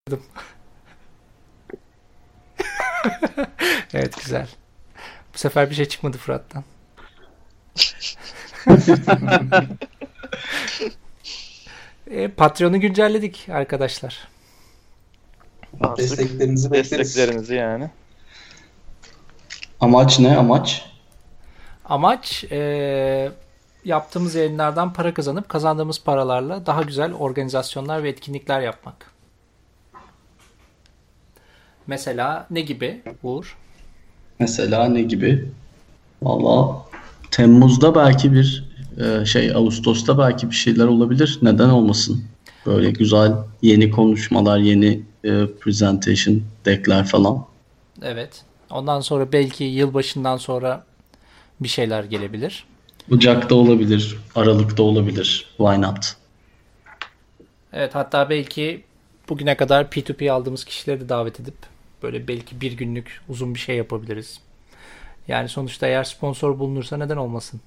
Evet, güzel. Bu sefer bir şey çıkmadı Fırat'tan. Patreon'u güncelledik arkadaşlar. Artık Desteklerinizi bekleriz. desteklerinizi yani. Amaç ne? Amaç? Amaç yaptığımız yayınlardan para kazanıp kazandığımız paralarla daha güzel organizasyonlar ve etkinlikler yapmak. Mesela ne gibi Uğur? Mesela ne gibi? Valla Temmuz'da belki Ağustos'ta belki bir şeyler olabilir. Neden olmasın? Böyle güzel yeni konuşmalar, yeni presentation deckler falan. Evet. Ondan sonra belki yılbaşından sonra bir şeyler gelebilir. Ocak'ta olabilir, Aralık'ta olabilir. Why not? Evet, hatta belki bugüne kadar P2P aldığımız kişileri de davet edip böyle belki bir günlük uzun bir şey yapabiliriz. Yani sonuçta eğer sponsor bulunursa neden olmasın?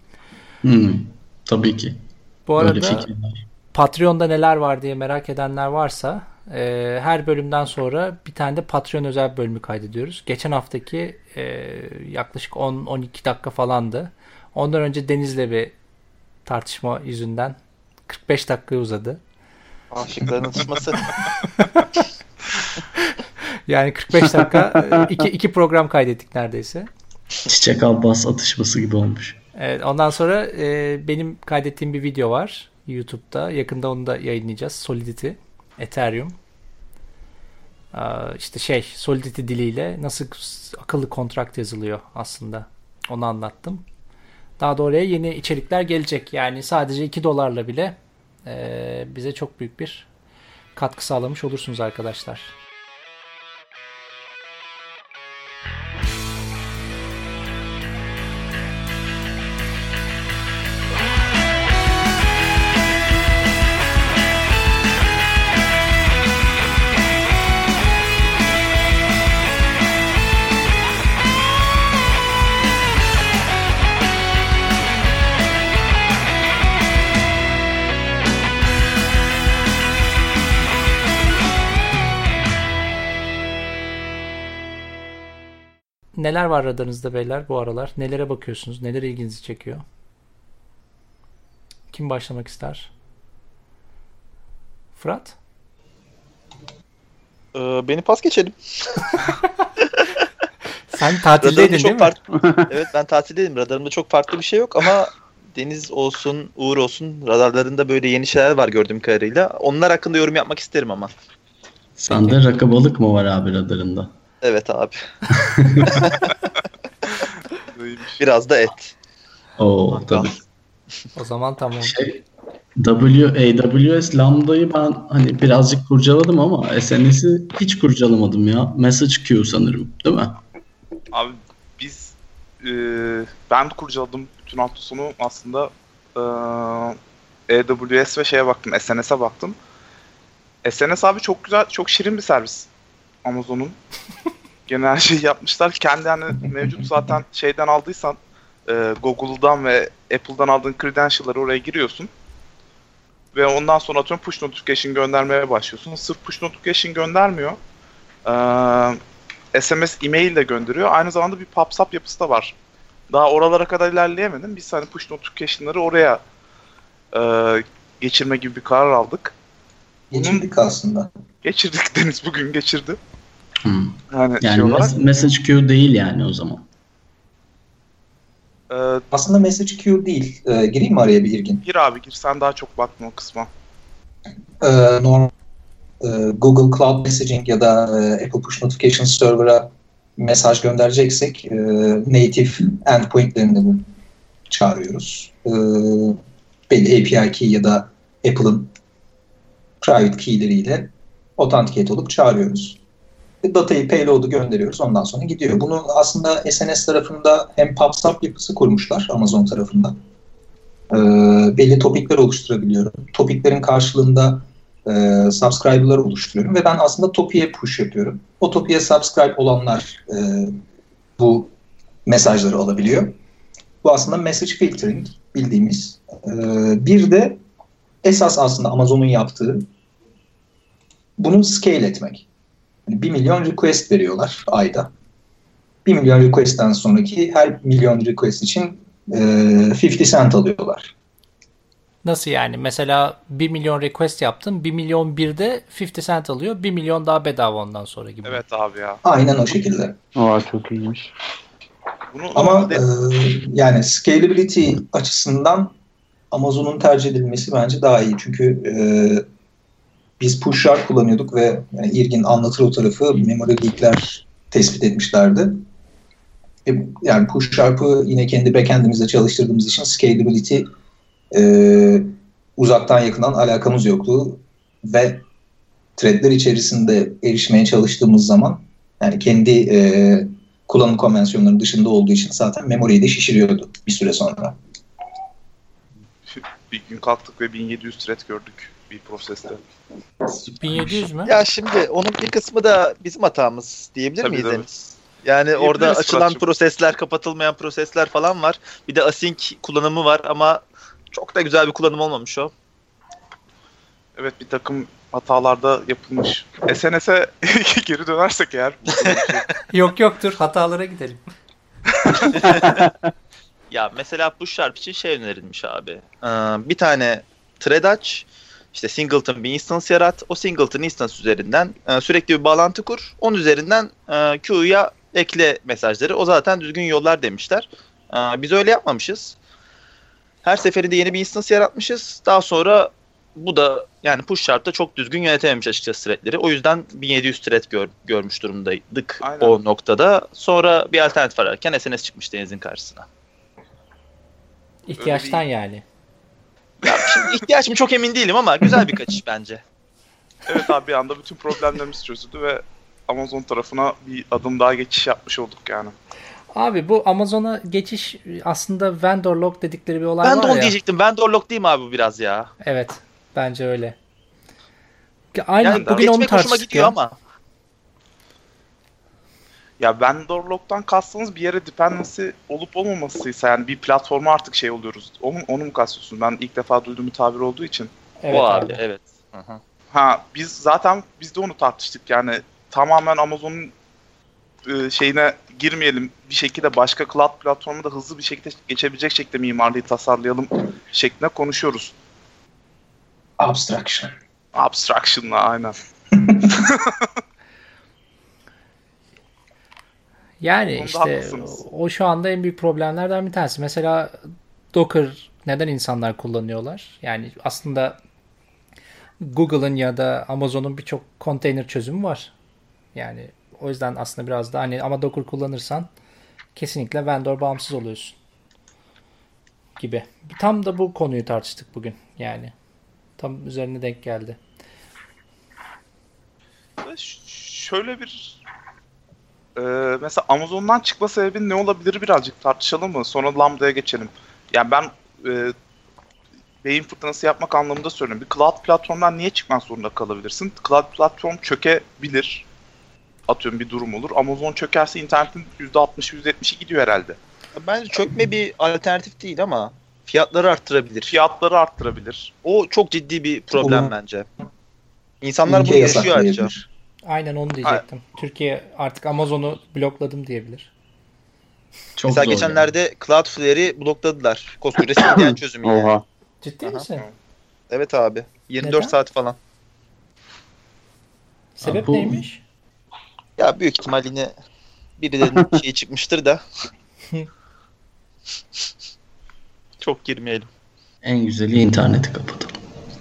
Tabii ki. Bu Öyle arada fikirler. Patreon'da neler var diye merak edenler varsa her bölümden sonra bir tane de Patreon özel bölümü kaydediyoruz. Geçen haftaki yaklaşık 10-12 dakika falandı. Ondan önce Deniz'le bir tartışma yüzünden 45 dakikaya uzadı. Aşıkların atışması. Yani 45 dakika iki program kaydettik neredeyse. Çiçek Abbas atışması gibi olmuş. Evet, ondan sonra benim kaydettiğim bir video var YouTube'da. Yakında onu da yayınlayacağız. Solidity, Ethereum. İşte Solidity diliyle nasıl akıllı kontrakt yazılıyor aslında. Onu anlattım. Daha da oraya yeni içerikler gelecek. Yani sadece $2 bile bize çok büyük bir katkı sağlamış olursunuz arkadaşlar. Neler var radarınızda beyler bu aralar? Nelere bakıyorsunuz? Neler ilginizi çekiyor? Kim başlamak ister? Fırat? Beni pas geçelim. Sen tatildeydin değil mi? Evet, ben tatildeydim. Radarımda çok farklı bir şey yok ama Deniz olsun, Uğur olsun, radarlarında böyle yeni şeyler var gördüğüm kadarıyla. Onlar hakkında yorum yapmak isterim ama. Sende rakı balık mı var abi radarında? Evet abi. Biraz da et. Oo tabii. O zaman tamam. AWS Lambda'yı ben hani birazcık kurcaladım ama SNS'i hiç kurcalamadım ya. Message queue sanırım, değil mi? Abi ben de kurcaladım bütün hafta sonu aslında. AWS ve şeye baktım, SNS'e baktım. SNS abi çok güzel, çok şirin bir servis. Amazon'un. Gene her şeyi yapmışlar. Kendi hani mevcut zaten şeyden aldıysan Google'dan ve Apple'dan aldığın credential'ları oraya giriyorsun. Ve ondan sonra atıyorum push notification göndermeye başlıyorsun. Sırf push notification göndermiyor. SMS e-mail de gönderiyor. Aynı zamanda bir PubSub yapısı da var. Daha oralara kadar ilerleyemedim. Biz hani push notification'ları oraya geçirme gibi bir karar aldık. Geçirdik aslında. Geçirdik, Deniz bugün geçirdi. Yani message queue değil yani o zaman. Aslında message queue değil. Gireyim mi araya bir İrgin? Gir abi gir. Sen daha çok bakma o kısma. Normal Google Cloud Messaging ya da Apple Push Notification Server'a mesaj göndereceksek native endpoint'lerini çağırıyoruz. Belli API key ya da Apple'ın private key'leriyle authenticate olup çağırıyoruz. Datayı payload'u gönderiyoruz. Ondan sonra gidiyor. Bunu aslında SNS tarafında hem PubSub yapısı kurmuşlar Amazon tarafında. Belli topikler oluşturabiliyorum. Topiklerin karşılığında subscriber'lar oluşturuyorum ve ben aslında topiye push yapıyorum. O topiye subscribe olanlar bu mesajları alabiliyor. Bu aslında message filtering bildiğimiz. Bir de esas aslında Amazon'un yaptığı bunu scale etmek. Yani 1 milyon request veriyorlar ayda. 1 milyon request'ten sonraki her milyon request için 50 cent alıyorlar. Nasıl yani? Mesela 1 milyon request yaptın. 1 milyon birde 50 cent alıyor. 1 milyon daha bedava ondan sonra gibi. Evet abi ya. Aynen o şekilde. Aa, çok iyiymiş. Ama yani scalability açısından Amazon'un tercih edilmesi bence daha iyi. Çünkü biz push sharp kullanıyorduk ve yani İrgin anlatır o tarafı memory leak'ler tespit etmişlerdi. Yani push sharp'ı yine kendi backend'imizde çalıştırdığımız için scalability uzaktan yakından alakamız yoktu ve threadler içerisinde erişmeye çalıştığımız zaman yani kendi kullanım konvansiyonlarının dışında olduğu için zaten memoriyi de şişiriyordu bir süre sonra. Bir gün kalktık ve 1700 thread gördük bir proseste. 1700 mü? Ya şimdi onun bir kısmı da bizim hatamız diyebilir Tabii, miyiz tabii. Enes? Yani Diyebiliriz orada açılan Fırat'cığım. prosesler, kapatılmayan prosesler falan var. Bir de async kullanımı var ama çok da güzel bir kullanım olmamış o. Evet, bir takım hatalarda yapılmış. SNS'e geri dönersek eğer. Yok dur hatalara gidelim. Ya mesela push sharp için şey önerilmiş abi. Bir tane thread aç. İşte singleton bir instance yarat. O singleton instance üzerinden sürekli bir bağlantı kur. Onun üzerinden queue'ya ekle mesajları. O zaten düzgün yollar demişler. Biz öyle yapmamışız. Her seferinde yeni bir instance yaratmışız. Daha sonra bu da yani push sharp'ta çok düzgün yönetememiş açıkçası threadleri. O yüzden 1700 thread görmüş durumdaydık. Aynen. O noktada. Sonra bir alternatif ararken SNS çıkmış Deniz'in karşısına. İhtiyaçtan yani. Ya şimdi ihtiyaç mı çok emin değilim ama güzel bir kaçış bence. Evet abi, bir anda bütün problemlerimiz çözüldü ve Amazon tarafına bir adım daha geçiş yapmış olduk yani. Abi bu Amazon'a geçiş aslında vendor lock dedikleri bir olay Ben var de ya. onu diyecektim. Vendor lock değil mi abi bu biraz ya? Evet. Bence öyle. Aynı Yani bugün onu geçmek hoşuma tartıştık gidiyor ya. ama. Ya vendor lock'tan kastınız bir yere dependency olup olmamasıysa, yani bir platforma artık şey oluyoruz. Onu mu kastıyorsunuz? Ben ilk defa duyduğum bir tabir olduğu için. Evet o abi. evet. Hı-hı. Biz de onu tartıştık yani, tamamen Amazon'un şeyine girmeyelim, bir şekilde başka cloud platformu da hızlı bir şekilde geçebilecek şekilde mimarlığı tasarlayalım şeklinde konuşuyoruz. Abstraction. Abstraction'la aynen. Yani Onda işte haklısınız. o şu anda en büyük problemlerden bir tanesi. Mesela Docker neden insanlar kullanıyorlar? Yani aslında Google'ın ya da Amazon'un birçok konteyner çözümü var. Yani o yüzden aslında biraz da hani ama Docker kullanırsan kesinlikle vendor bağımsız oluyorsun gibi. Tam da bu konuyu tartıştık bugün yani. Tam üzerine denk geldi. Şöyle bir mesela Amazon'dan çıkma sebebin ne olabilir birazcık tartışalım mı? Sonra Lambda'ya geçelim. Yani ben beyin fırtınası yapmak anlamında söylüyorum. Bir cloud platformdan niye çıkmak zorunda kalabilirsin? Cloud platform çökebilir. Atıyorum bir durum olur. Amazon çökerse internetin %60-%70'i gidiyor herhalde. Bence çökme bir alternatif değil ama fiyatları arttırabilir. Fiyatları arttırabilir. O çok ciddi bir problem Olur. bence. İnsanlar bunu Ülke yaşıyor ayrıca. yasaklayabilir. Aynen onu diyecektim. Türkiye artık Amazon'u blokladım diyebilir. Çok Mesela zor geçenlerde Cloudflare'i blokladılar. Koskoca CDN çözümü yani. Oha. Ciddi Aha. misin? Evet abi. 24 Neden? saat falan. Sebep bu- neymiş? Ya büyük ihtimal yine birilerinin şeyi çıkmıştır da. Çok girmeyelim. En güzeli interneti kapatalım.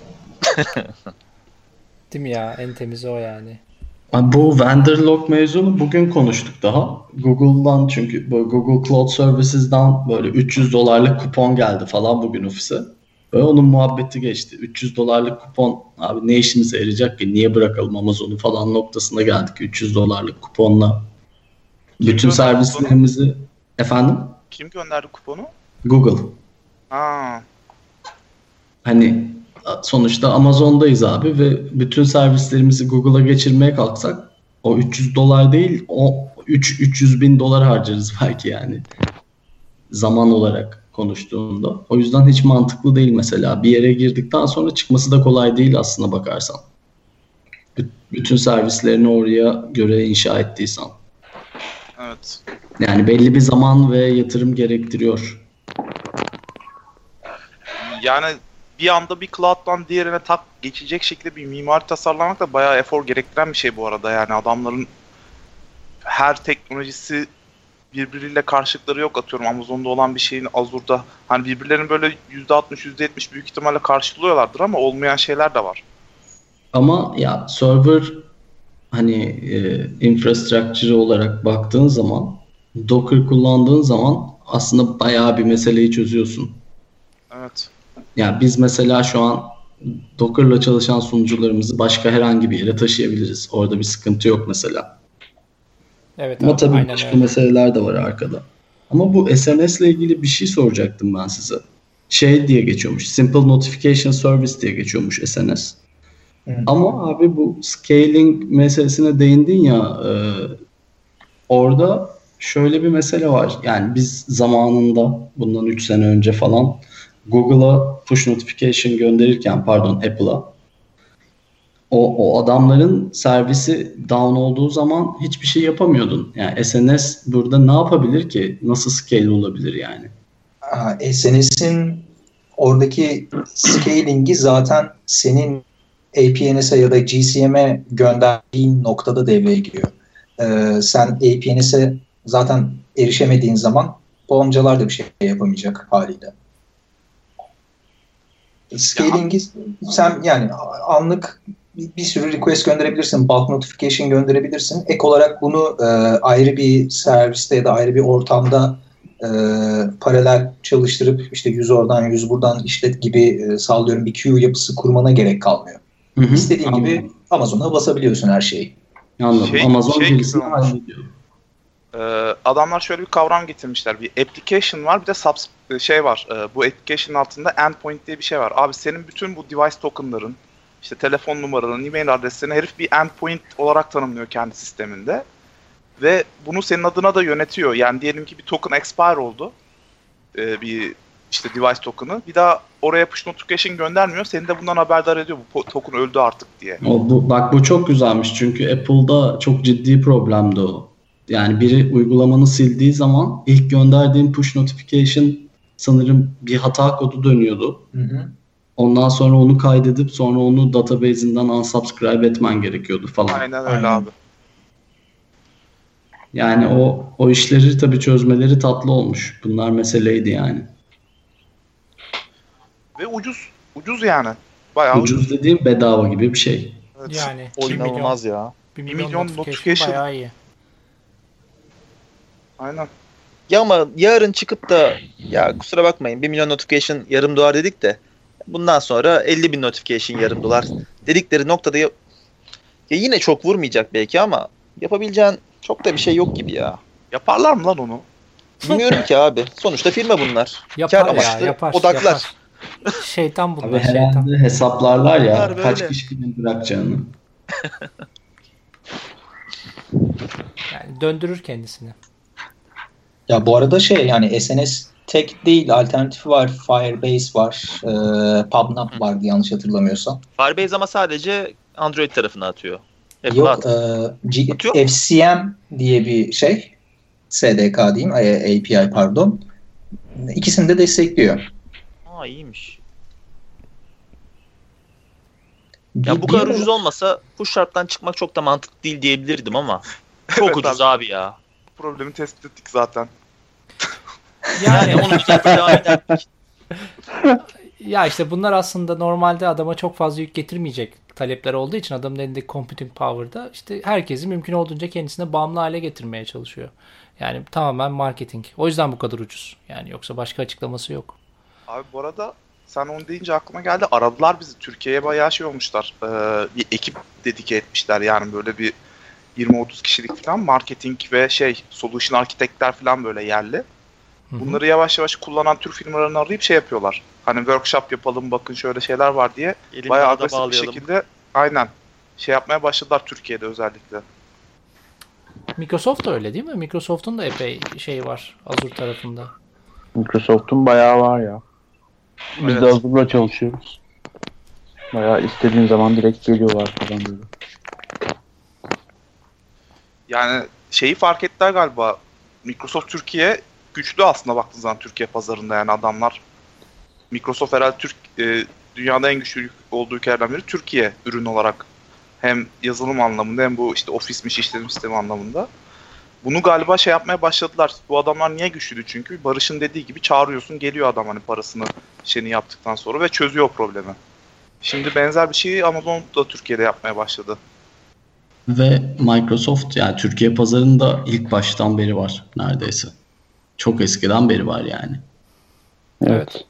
Değil mi ya? En temizi o yani. Abi bu vendor lock mevzunu bugün konuştuk daha. Google'dan, çünkü böyle Google Cloud Services'dan böyle $300 kupon geldi falan bugün ofise. Ve onun muhabbeti geçti. $300 kupon abi ne işimize yarayacak ki? Niye bırakalım Amazon'u falan noktasına geldik. $300 kuponla bütün gönderdi servislerimizi efendim Kim gönderdi kuponu? Google. Ha. Hani sonuçta Amazon'dayız abi ve bütün servislerimizi Google'a geçirmeye kalksak o $300 değil, o $300.000 harcarız belki yani. Zaman olarak konuştuğunda. O yüzden hiç mantıklı değil mesela. Bir yere girdikten sonra çıkması da kolay değil aslına bakarsan. Bütün servislerini oraya göre inşa ettiysen. Evet. Yani belli bir zaman ve yatırım gerektiriyor. Yani bir anda bir cloud'dan diğerine geçecek şekilde bir mimari tasarlamak da bayağı efor gerektiren bir şey bu arada. Yani adamların her teknolojisi birbiriyle karşılıkları yok, atıyorum Amazon'da olan bir şeyin Azure'da. Hani birbirlerini böyle %60, %70 büyük ihtimalle karşılıyorlardır ama olmayan şeyler de var. Ama ya server hani infrastructure olarak baktığın zaman, Docker kullandığın zaman aslında bayağı bir meseleyi çözüyorsun. Evet. Yani biz mesela şu an Docker'la çalışan sunucularımızı başka herhangi bir yere taşıyabiliriz. Orada bir sıkıntı yok mesela. Evet Ama abi, tabii aynen başka öyle. meseleler de var arkada. Ama bu SNS ile ilgili bir şey soracaktım ben size. Şey diye geçiyormuş. Simple Notification Service diye geçiyormuş SNS. Ama abi bu scaling meselesine değindin ya, orada şöyle bir mesele var. Yani biz zamanında bundan 3 sene önce falan Google'a push notification gönderirken, pardon Apple'a, o adamların servisi down olduğu zaman hiçbir şey yapamıyordun. Yani SNS burada ne yapabilir ki? Nasıl scale olabilir yani? SNS'in oradaki scaling'i zaten senin APNS'e ya da GCM'e gönderdiğin noktada devreye giriyor. Sen APNS'e zaten erişemediğin zaman bu amcalar da bir şey yapamayacak haliyle. Scaling'i sen yani anlık bir sürü request gönderebilirsin, bulk notification gönderebilirsin. Ek olarak bunu ayrı bir serviste ya da ayrı bir ortamda paralel çalıştırıp işte 100 oradan 100 buradan işlet gibi sallıyorum bir queue yapısı kurmana gerek kalmıyor. Hı-hı. İstediğin gibi Amazon'a basabiliyorsun her şeyi. Anladım. Amazon gerisini hallediyor. Adamlar şöyle bir kavram getirmişler. Bir application var, bir de şey var. Bu application'ın altında endpoint diye bir şey var. Abi senin bütün bu device token'ların, işte telefon numaraların, e-mail adreslerini herif bir endpoint olarak tanımlıyor kendi sisteminde. Ve bunu senin adına da yönetiyor. Yani diyelim ki bir token expire oldu. Bir işte device token'ı. Bir daha oraya push notification göndermiyor. Seni de bundan haberdar ediyor. Bu token öldü artık diye. Bak bu çok güzelmiş. Çünkü Apple'da çok ciddi problemdi o. Yani biri uygulamanı sildiği zaman ilk gönderdiğin push notification sanırım bir hata kodu dönüyordu. Hı. Ondan sonra onu kaydedip sonra onu database'inden unsubscribe etmen gerekiyordu falan. Aynen öyle abi. Yani o işleri tabii çözmeleri tatlı olmuş. Bunlar meseleydi yani. Ve ucuz yani. Bayağı ucuz dediğim bedava gibi bir şey. Evet. Yani O inanılmaz ya. 1 milyon milyon notification bayağı iyi. Aynen. Ya ama yarın çıkıp da ya kusura bakmayın 1 milyon notification yarım dolar dedik de bundan sonra 50 bin notification yarım dolar dedikleri noktada ya yine çok vurmayacak belki ama yapabileceğin çok da bir şey yok gibi ya. Yaparlar mı lan onu? Bilmiyorum ki abi. Sonuçta firma bunlar. Yapar Kar ya, amaçlı yapar. odaklar. Şeytan bunlar, Abi herhalde şeytan. hesaplarlar ya Bunlar kaç böyle. kişinin bırakacağını. Yani döndürür kendisini. Ya bu arada yani SNS tek değil, alternatifi var. Firebase var. PubNub vardı yanlış hatırlamıyorsam. Firebase ama sadece Android tarafına atıyor. Yok, FCM diye bir şey. SDK diyeyim, API pardon. İkisini de destekliyor. Aa, iyiymiş. Ya bu kadar ucuz olmasa bu şarttan çıkmak çok da mantıklı değil diyebilirdim ama çok Evet ucuz abi ya. Bu problemi tespit ettik zaten. Yani onu düzeltip devam ederdik. Ya işte bunlar aslında normalde adama çok fazla yük getirmeyecek talepler olduğu için adamın elindeki computing power'da işte herkesi mümkün olduğunca kendisine bağımlı hale getirmeye çalışıyor. Yani tamamen marketing. O yüzden bu kadar ucuz. Yani yoksa başka açıklaması yok. Abi bu arada sen onu deyince aklıma geldi. Aradılar bizi. Türkiye'ye bayağı şey olmuşlar. Bir ekip dedike etmişler. Yani böyle bir 20-30 kişilik falan marketing ve solution architectler falan böyle yerli. Bunları yavaş yavaş kullanan Türk firmalarını arayıp şey yapıyorlar. Hani workshop yapalım, bakın şöyle şeyler var diye. Bayağı agresif bir şekilde aynen şey yapmaya başladılar Türkiye'de özellikle. Microsoft da öyle değil mi? Microsoft'un da epey şey var Azure tarafında. Microsoft'un bayağı var ya. Biz Evet. de Azure'la çalışıyoruz. Bayağı istediğin zaman direkt geliyorlar falan böyle. Yani şeyi fark ettiler galiba. Microsoft Türkiye güçlü aslında baktığın zaman Türkiye pazarında, yani adamlar Microsoft herhalde dünyada en güçlü olduğu ülkelerden biri Türkiye ürün olarak. Hem yazılım anlamında hem bu işte ofismiş, işletim sistemi anlamında. Bunu galiba şey yapmaya başladılar. Bu adamlar niye güçlüydü çünkü? Barış'ın dediği gibi çağırıyorsun, geliyor adam hani parasını şeyini yaptıktan sonra ve çözüyor o problemi. Şimdi benzer bir şeyi Amazon da Türkiye'de yapmaya başladı. Ve Microsoft yani Türkiye pazarında ilk baştan beri var neredeyse. Çok eskiden beri var yani. Evet.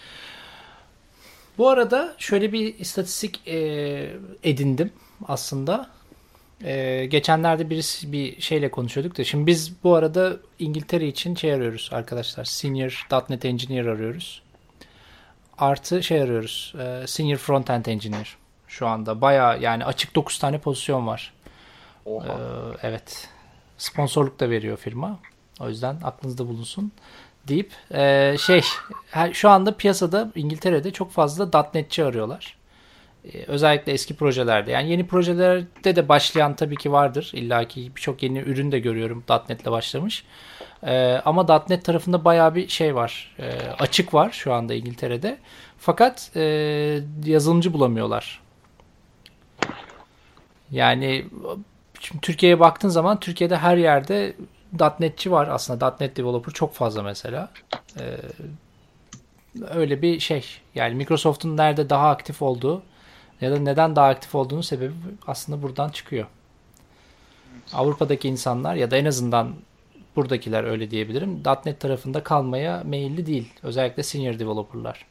Bu arada şöyle bir istatistik edindim aslında. Geçenlerde birisi bir şeyle konuşuyorduk da. Şimdi biz bu arada İngiltere için şey arıyoruz arkadaşlar. Senior .NET Engineer arıyoruz. Artı şey arıyoruz. Senior Frontend Engineer. Şu anda bayağı yani açık 9 tane pozisyon var. Oha. Evet. Sponsorluk da veriyor firma. O yüzden aklınızda bulunsun deyip şu anda piyasada İngiltere'de çok fazla .NET'çi arıyorlar. Özellikle eski projelerde. Yani yeni projelerde de başlayan tabii ki vardır. İlla ki birçok yeni ürün de görüyorum .NET'le başlamış. Ama .NET tarafında bayağı bir şey var. Açık var şu anda İngiltere'de. Fakat yazılımcı bulamıyorlar. Yani şimdi Türkiye'ye baktığın zaman Türkiye'de her yerde .NET'çi var. Aslında .NET developer çok fazla mesela. Öyle bir şey. Yani Microsoft'un nerede daha aktif olduğu ya da neden daha aktif olduğunun sebebi aslında buradan çıkıyor. Avrupa'daki insanlar ya da en azından buradakiler öyle diyebilirim. .NET tarafında kalmaya meyilli değil. Özellikle senior developerlar.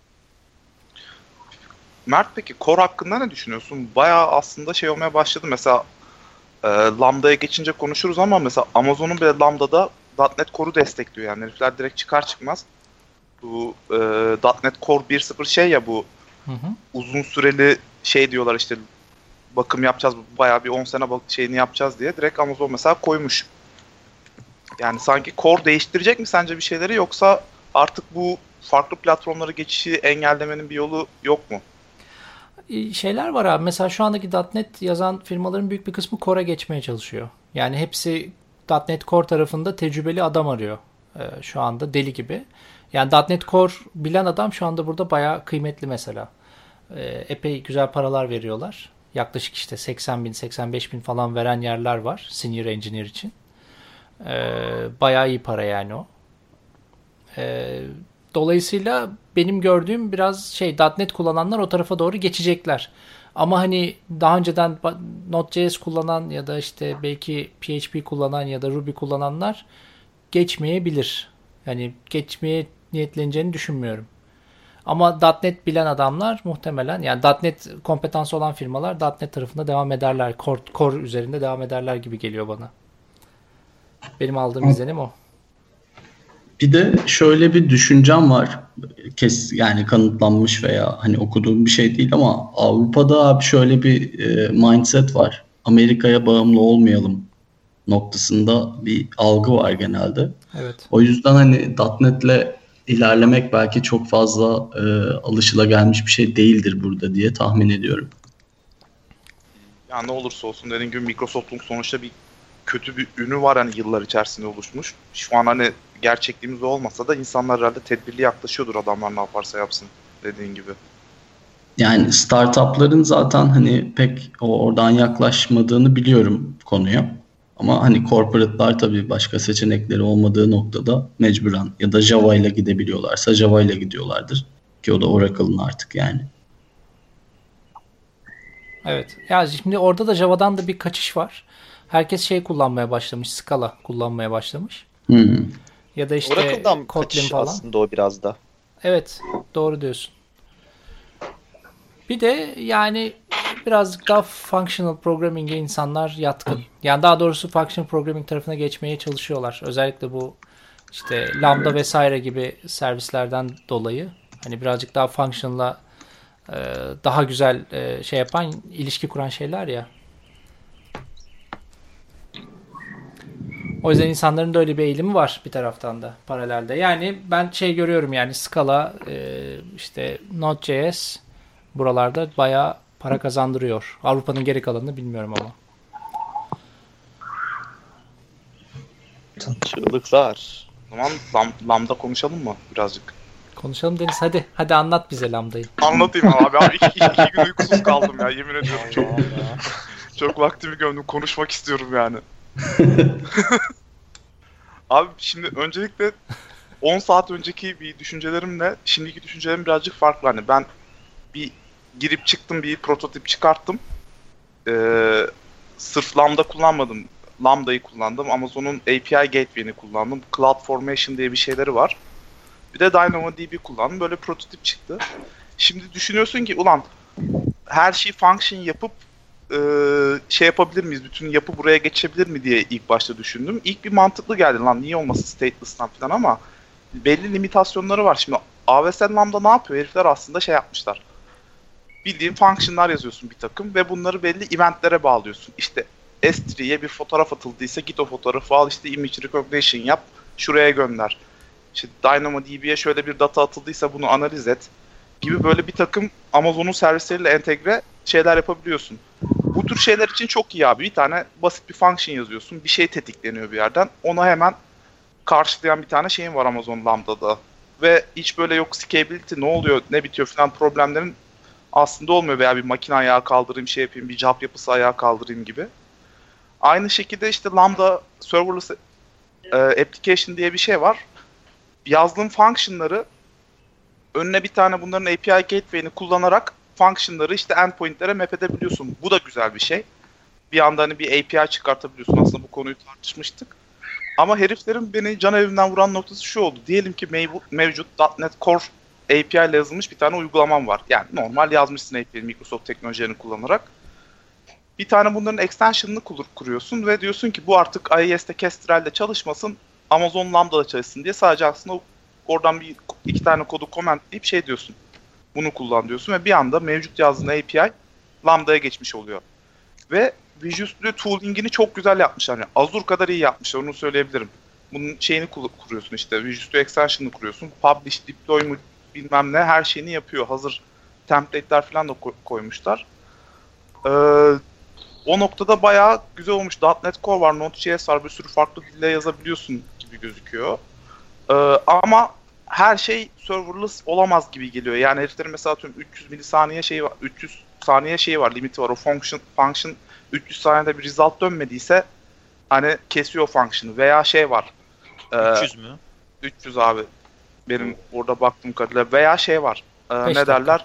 Mert peki Core hakkında ne düşünüyorsun? Bayağı aslında şey olmaya başladı. Mesela Lambda'ya geçince konuşuruz ama mesela Amazon'un bile Lambda'da .NET Core'u destekliyor. Yani herifler direkt çıkar çıkmaz. Bu .NET Core 1.0 şey ya bu uzun süreli şey diyorlar işte bakım yapacağız. Bayağı bir 10 sene şeyini yapacağız diye direkt Amazon mesela koymuş. Yani sanki Core değiştirecek mi sence bir şeyleri yoksa artık bu farklı platformlara geçişi engellemenin bir yolu yok mu? Şeyler var abi. Mesela şu andaki .NET yazan firmaların büyük bir kısmı Core'a geçmeye çalışıyor. Yani hepsi .NET Core tarafında tecrübeli adam arıyor. Şu anda deli gibi. Yani .NET Core bilen adam şu anda burada bayağı kıymetli mesela. Epey güzel paralar veriyorlar. Yaklaşık işte 80 bin, 85 bin falan veren yerler var. Senior Engineer için. Bayağı iyi para yani o. Dolayısıyla benim gördüğüm biraz .NET kullananlar o tarafa doğru geçecekler. Ama hani daha önceden Node.js kullanan ya da işte belki PHP kullanan ya da Ruby kullananlar geçmeyebilir. Yani geçmeye niyetleneceğini düşünmüyorum. Ama .NET bilen adamlar muhtemelen yani .NET kompetansı olan firmalar .NET tarafında devam ederler. Core üzerinde devam ederler gibi geliyor bana. Benim aldığım izlenim o. Bir de şöyle bir düşüncem var. Yani kanıtlanmış veya hani okuduğum bir şey değil ama Avrupa'da abi şöyle bir mindset var. Amerika'ya bağımlı olmayalım noktasında bir algı var genelde. Evet. O yüzden hani .NET'le ilerlemek belki çok fazla alışılagelmiş bir şey değildir burada diye tahmin ediyorum. Yani ne olursa olsun dediğim gibi Microsoft'un sonuçta bir kötü bir ünü var hani yıllar içerisinde oluşmuş. Şu an hani gerçekliğimiz olmasa da insanlar herhalde tedbirli yaklaşıyordur adamlar ne yaparsa yapsın dediğin gibi. Yani startupların zaten hani pek oradan yaklaşmadığını biliyorum konuya. Ama hani corporate'lar tabii başka seçenekleri olmadığı noktada mecburen ya da Java ile gidebiliyorlarsa Java ile gidiyorlardır. Ki o da Oracle'ın artık yani. Evet. Ya şimdi orada da Java'dan da bir kaçış var. Herkes kullanmaya başlamış. Scala kullanmaya başlamış. Ya da işte Oracle'dan Kotlin kaçış falan. aslında o biraz da. Evet. Doğru diyorsun. Bir de yani birazcık daha functional programming'e insanlar yatkın. Yani daha doğrusu functional programming tarafına geçmeye çalışıyorlar. Özellikle bu işte Lambda vesaire gibi servislerden dolayı. Hani birazcık daha functional'la daha güzel şey yapan, ilişki kuran şeyler ya. O yüzden insanların da öyle bir eğilimi var bir taraftan da paralelde. Yani ben görüyorum yani Scala, işte Node.js buralarda bayağı para kazandırıyor. Avrupa'nın geri kalanını bilmiyorum ama. Çığlıklar. O zaman Lambda konuşalım mı birazcık? Konuşalım Deniz, hadi. Hadi anlat bize Lambda'yı. Anlatayım abi. İki gün uykusuz kaldım ya, yemin ediyorum. Çok vaktimi gömdüm. Konuşmak istiyorum yani. Abi şimdi öncelikle 10 saat önceki bir düşüncelerimle şimdiki düşüncelerim birazcık farklı. Hani ben bir girip çıktım, bir prototip çıkarttım. Sırf Lambda kullanmadım. Lambda'yı kullandım. Amazon'un API Gateway'ini kullandım. CloudFormation diye bir şeyleri var. Bir de DynamoDB kullandım. Böyle prototip çıktı. Şimdi düşünüyorsun ki ulan her şeyi function yapıp şey yapabilir miyiz? Bütün yapı buraya geçebilir mi diye ilk başta düşündüm. İlk bir mantıklı geldi lan, niye olmasın stateless'tan falan, ama belli limitasyonları var. Şimdi AWS Lambda ne yapıyor? Herifler aslında şey yapmışlar. Bildiğin function'lar yazıyorsun bir takım ve bunları belli eventlere bağlıyorsun. İşte S3'ye bir fotoğraf atıldıysa git o fotoğrafı al, işte image recognition yap, şuraya gönder. İşte DynamoDB'ye şöyle bir data atıldıysa bunu analiz et gibi böyle bir takım Amazon'un servisleriyle entegre şeyler yapabiliyorsun. Bu tür şeyler için çok iyi abi. Bir tane basit bir function yazıyorsun. Bir şey tetikleniyor bir yerden. Ona hemen karşılayan bir tane şeyin var Amazon Lambda'da. Ve hiç böyle yok scalability ne oluyor, ne bitiyor falan problemlerin aslında olmuyor. Veya bir makine ayağa kaldırayım, şey yapayım, bir job yapısı ayağa kaldırayım gibi. Aynı şekilde işte Lambda Serverless Application diye bir şey var. Yazdığım function'ları önüne bir tane bunların API Gateway'ini kullanarak function'ları işte endpoint'lere map edebiliyorsun. Bu da güzel bir şey. Bir anda hani bir API çıkartabiliyorsun. Aslında bu konuyu tartışmıştık. Ama heriflerin beni can evimden vuran noktası şu oldu. Diyelim ki mevcut .NET Core API ile yazılmış bir tane uygulamam var. Yani normal yazmışsın API'yi Microsoft teknolojilerini kullanarak. Bir tane bunların extension'ını kuruyorsun ve diyorsun ki bu artık IIS'te Kestrel'de çalışmasın, Amazon Lambda'da çalışsın diye sadece aslında oradan iki tane kodu commentleyip şey diyorsun. Bunu kullan diyorsun ve bir anda mevcut yazdığın API Lambda'ya geçmiş oluyor. Ve Visual Studio tooling'ini çok güzel yapmışlar. Yani Azure kadar iyi yapmışlar, onu söyleyebilirim. Bunun şeyini kuruyorsun işte, Visual Studio extension'ını kuruyorsun. Publish, deploy mu bilmem ne her şeyini yapıyor. Hazır template'ler falan da koymuşlar. O noktada bayağı güzel olmuş. .NET Core var, Node.js var, bir sürü farklı dille yazabiliyorsun gibi gözüküyor. Ama her şey serverless olamaz gibi geliyor. Yani heriflerin mesela 300 milisaniye şeyi var, 300 saniye şeyi var, limiti var. O function 300 saniyede bir result dönmediyse hani kesiyor function'ı veya şey var. 300 mü? 300 abi. Benim orada baktığım kadarıyla veya şey var. Ne derler?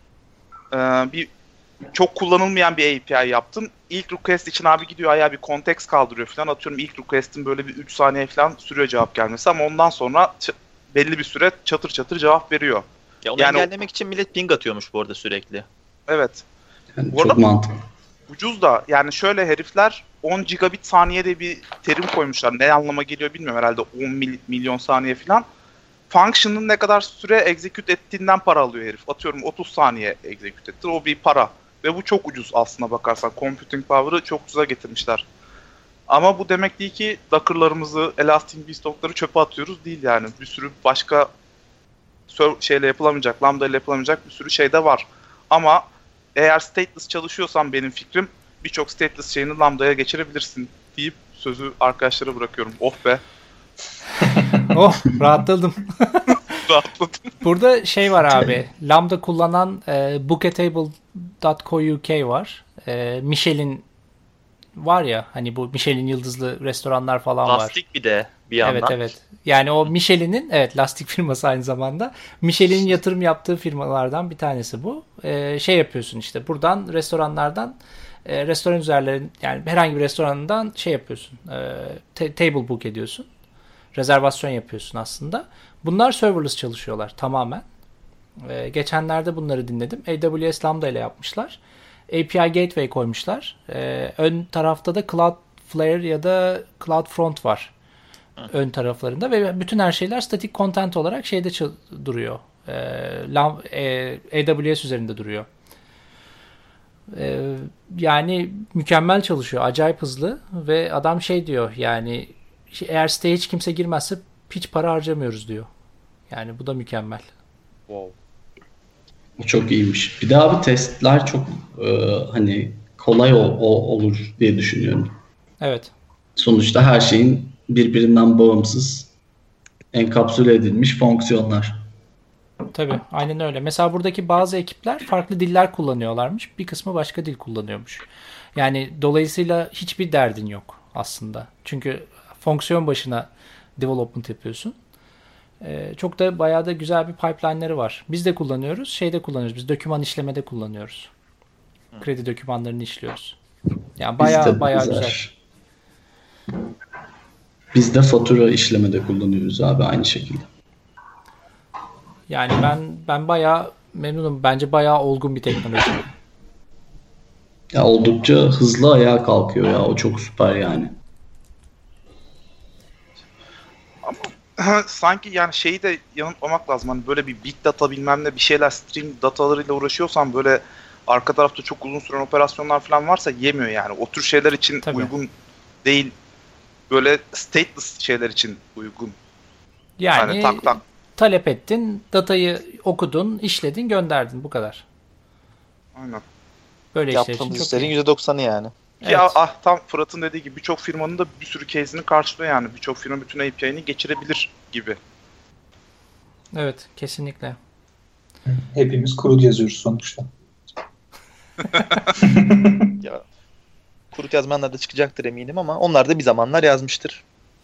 Bir çok kullanılmayan bir API yaptım. İlk request için abi gidiyor ayağa bir context kaldırıyor falan. Atıyorum ilk request'in böyle bir 3 saniye falan sürüyor cevap gelmesi ama ondan sonra belli bir süre çatır çatır cevap veriyor. Ya onu yani engellemek için millet ping atıyormuş bu arada sürekli. Evet. Yani çok mantıklı. Ucuz da yani şöyle herifler 10 gigabit saniye diye bir terim koymuşlar. Ne anlama geliyor bilmiyorum, herhalde 10 milyon saniye falan. Function'ın ne kadar süre execute ettiğinden para alıyor herif. Atıyorum 30 saniye execute etti, o bir para. Ve bu çok ucuz aslına bakarsan. Computing power'ı çok ucuza getirmişler. Ama bu demek değil ki Docker'larımızı, Elastic Beanstalk'ları çöpe atıyoruz değil yani. Bir sürü başka şeyle yapılamayacak, Lambda ile yapılamayacak bir sürü şey de var. Ama eğer stateless çalışıyorsan benim fikrim birçok stateless şeyini Lambda'ya geçirebilirsin deyip sözü arkadaşlara bırakıyorum. Oh be. Oh, rahatladım. Rahatladım. Burada şey var abi. Lambda kullanan bookatable.co.uk var. Michelin var ya, hani bu Michelin yıldızlı restoranlar falan var. Lastik bir de bir yandan. Evet. Yani o Michelin'in lastik firması aynı zamanda. Michelin'in yatırım yaptığı firmalardan bir tanesi bu. Şey yapıyorsun işte buradan restoranlardan restoran üzerlerinde, yani herhangi bir restoranından şey yapıyorsun. Table book ediyorsun. Rezervasyon yapıyorsun aslında. Bunlar serverless çalışıyorlar tamamen. Geçenlerde bunları dinledim. AWS Lambda ile yapmışlar. API Gateway koymuşlar. Ön tarafta da Cloudflare ya da CloudFront var. Ön taraflarında ve bütün her şeyler static content olarak şeyde duruyor. AWS üzerinde duruyor. Yani mükemmel çalışıyor. Acayip hızlı ve adam şey diyor, yani eğer siteye hiç kimse girmezse hiç para harcamıyoruz diyor. Yani bu da mükemmel. Wow. O çok iyiymiş. Bir de abi testler çok hani kolay olur diye düşünüyorum. Evet. Sonuçta her şeyin birbirinden bağımsız enkapsüle edilmiş fonksiyonlar. Tabii, aynen öyle. Mesela buradaki bazı ekipler farklı diller kullanıyorlarmış. Bir kısmı başka dil kullanıyormuş. Yani dolayısıyla hiçbir derdin yok aslında. Çünkü fonksiyon başına development yapıyorsun. Çok da bayağı da güzel bir pipeline'leri var. Biz de kullanıyoruz. Şeyde kullanıyoruz. Biz doküman işlemede kullanıyoruz. Kredi dokümanlarını işliyoruz. Yani bayağı güzel. Biz de fatura işlemede kullanıyoruz abi aynı şekilde. Yani ben bayağı memnunum. Bence bayağı olgun bir teknoloji. Ya oldukça hızlı ayağa kalkıyor ya. O çok süper yani. Ama sanki yani şeyi de yanıltmamak lazım. Hani böyle bir big data bilmem ne bir şeyler stream datalarıyla uğraşıyorsan böyle arka tarafta çok uzun süren operasyonlar falan varsa yemiyor yani. O tür şeyler için Tabii. uygun değil. Böyle stateless şeyler için uygun. Yani tak tak. talep ettin, datayı okudun, işledin, gönderdin. Bu kadar. Aynen. Böyle işler için Yaptığımız çok işlerin iyi. %90'ı yani. Ya Evet. tam Fırat'ın dediği gibi birçok firmanın da bir sürü case'ini karşılıyor yani. Birçok firma bütün API'ni geçirebilir gibi. Evet, kesinlikle. Hepimiz CRUD yazıyoruz sonuçta. Ya, kurut yazmayanlar da çıkacaktır eminim ama onlar da bir zamanlar yazmıştır.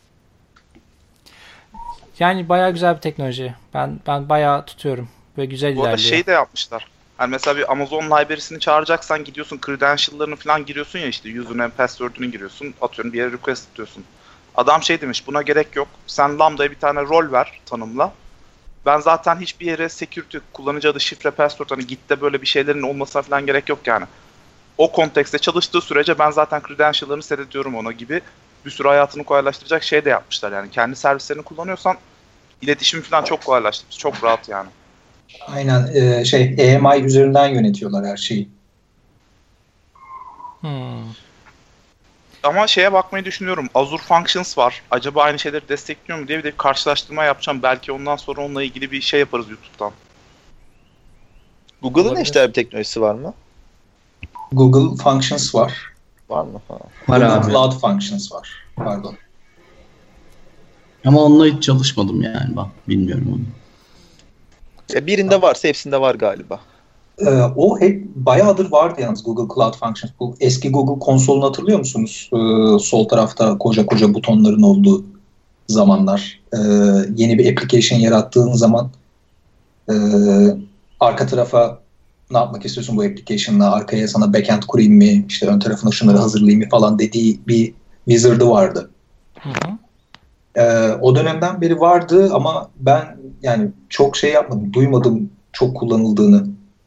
Yani bayağı güzel bir teknoloji. Ben bayağı tutuyorum. Ve güzel Bu arada ilerliyor. şey de yapmışlar. Hani mesela bir Amazon library'sini çağıracaksan gidiyorsun credential'larını falan giriyorsun ya işte username password'ünü giriyorsun. Atıyorum bir yere request atıyorsun. Adam şey demiş buna gerek yok. Sen Lambda'ya bir tane rol ver tanımla. Ben zaten hiçbir yere security, kullanıcı adı, şifre, password hani Git'te böyle bir şeylerin olmasına falan gerek yok yani. O kontekste çalıştığı sürece ben zaten credential'larını set ediyorum ona gibi bir sürü hayatını kolaylaştıracak şey de yapmışlar yani. Kendi servislerini kullanıyorsan iletişim falan çok kolaylaştırmış. Çok rahat yani. Aynen EMI üzerinden yönetiyorlar her şeyi. Ama şeye bakmayı düşünüyorum. Azure Functions var. Acaba aynı şeyleri destekliyor mu diye bir de karşılaştırma yapacağım. Belki ondan sonra onunla ilgili bir şey yaparız YouTube'dan. Google'ın Olabilir. eşdeğer bir teknolojisi var mı? Google Functions var. Var mı? Ha. Var Google abi. Cloud Functions var. Pardon. Ama onunla hiç çalışmadım yani ben. Bilmiyorum onu. Birinde varsa hepsinde var galiba. O hep bayağıdır vardı yalnız Google Cloud Functions. Bu eski Google konsolunu hatırlıyor musunuz? Sol tarafta koca koca butonların olduğu zamanlar. Yeni bir application yarattığın zaman arka tarafa ne yapmak istiyorsun bu application'la? Arkaya sana backend kurayım mı? İşte ön tarafına şunları hazırlayayım mı falan dediği bir wizard'ı vardı. Hı hı. O dönemden beri vardı ama ben yani çok şey yapmadım. Duymadım çok kullanıldığını.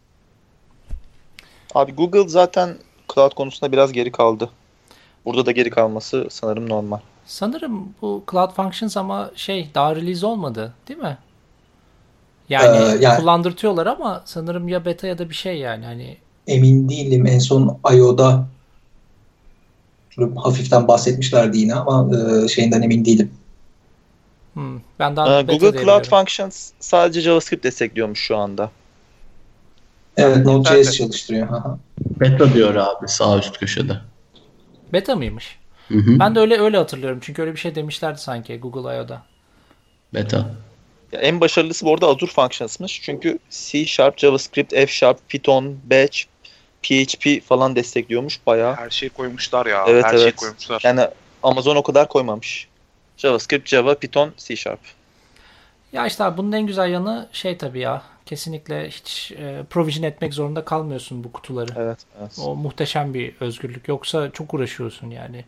Abi Google zaten cloud konusunda biraz geri kaldı. Burada da geri kalması sanırım normal. Sanırım bu Cloud Functions ama daha release olmadı, değil mi? Yani Yani kullandırtıyorlar ama sanırım ya beta ya da bir şey yani hani emin değilim. En son I.O.'da hafiften bahsetmişlerdi yine ama şeyinden emin değilim. ben daha beta Google diye Cloud biliyorum. Functions sadece JavaScript destekliyormuş şu anda. Evet, Node.js yeterli. çalıştırıyor. Aha. Beta diyor abi sağ üst köşede. Beta mıymış? Hı hı. Ben de öyle hatırlıyorum. Çünkü öyle bir şey demişlerdi sanki Google I.O.'da. Beta. Ya en başarılısı bu arada Azure Functions'mış. Çünkü C#, JavaScript, F#, Python, Bash, PHP falan destekliyormuş bayağı. Her şeyi koymuşlar ya. Evet, Her şeyi evet. koymuşlar. Yani Amazon o kadar koymamış. JavaScript, Java, Python, C#. Ya işte abi bunun en güzel yanı tabii ya. Kesinlikle hiç provision etmek zorunda kalmıyorsun bu kutuları. Evet, evet. O muhteşem bir özgürlük. Yoksa çok uğraşıyorsun yani.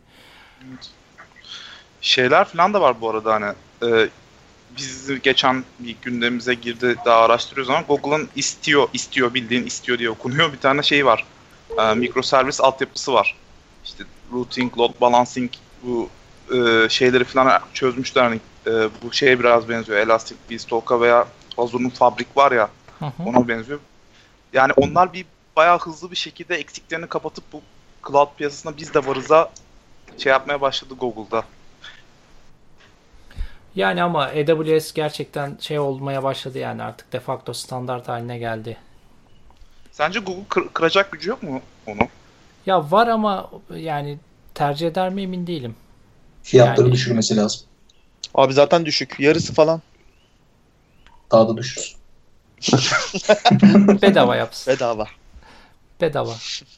Şeyler falan da var bu arada hani. Biz geçen bir gündemimize girdi daha araştırıyoruz ama Google'ın istiyor bildiğin istiyor diye okunuyor. Bir tane şey var. Mikroservis altyapısı var. İşte routing, load balancing bu şeyleri falan çözmüşler. Hani, bu şeye biraz benziyor. Elastic Beanstalk'a veya Azure'un Fabric var ya Hı hı. ona benziyor. Yani onlar bayağı hızlı bir şekilde eksiklerini kapatıp bu cloud piyasasına biz de varız'a şey yapmaya başladı Google'da. Yani ama AWS gerçekten olmaya başladı yani artık de facto standart haline geldi. Sence Google kıracak gücü yok mu onu? Ya var ama yani tercih eder mi emin değilim. Fiyatları Yani- düşürmesi lazım. Abi zaten düşük. Yarısı falan. Daha da düşürsün. Bedava yapsın. Bedava. Bedava.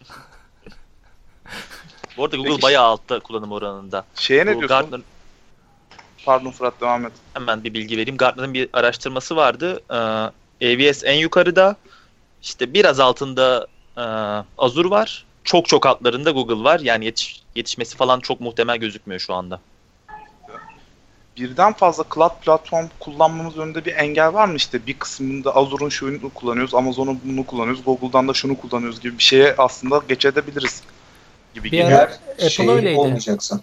Bu arada Google Peki- bayağı altta kullanım oranında. Şeye ne Bu diyorsun? Gartner, Pardon Fırat, devam et. hemen bir bilgi vereyim. Gartner'ın bir araştırması vardı. AWS en yukarıda. İşte biraz altında Azure var. Çok çok altlarında Google var. Yani yetişmesi falan çok muhtemel gözükmüyor şu anda. Birden fazla cloud platform kullanmamız önünde bir engel var mı? İşte bir kısmında Azure'un şunu kullanıyoruz, Amazon'un bunu kullanıyoruz, Google'dan da şunu kullanıyoruz gibi bir şeye aslında geçebiliriz gibi Bir geliyor. ara Eğer Apple şey öyleydi. olmayacaksa.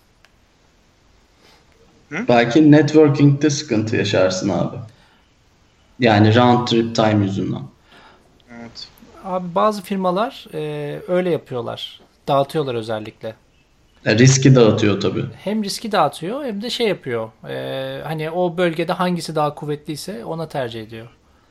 Belki networking'de sıkıntı yaşarsın abi. Yani round trip time yüzünden. Evet. Abi bazı firmalar öyle yapıyorlar. Dağıtıyorlar özellikle. Riski dağıtıyor tabii. Hem riski dağıtıyor hem de şey yapıyor. Hani o bölgede hangisi daha kuvvetliyse ona tercih ediyor.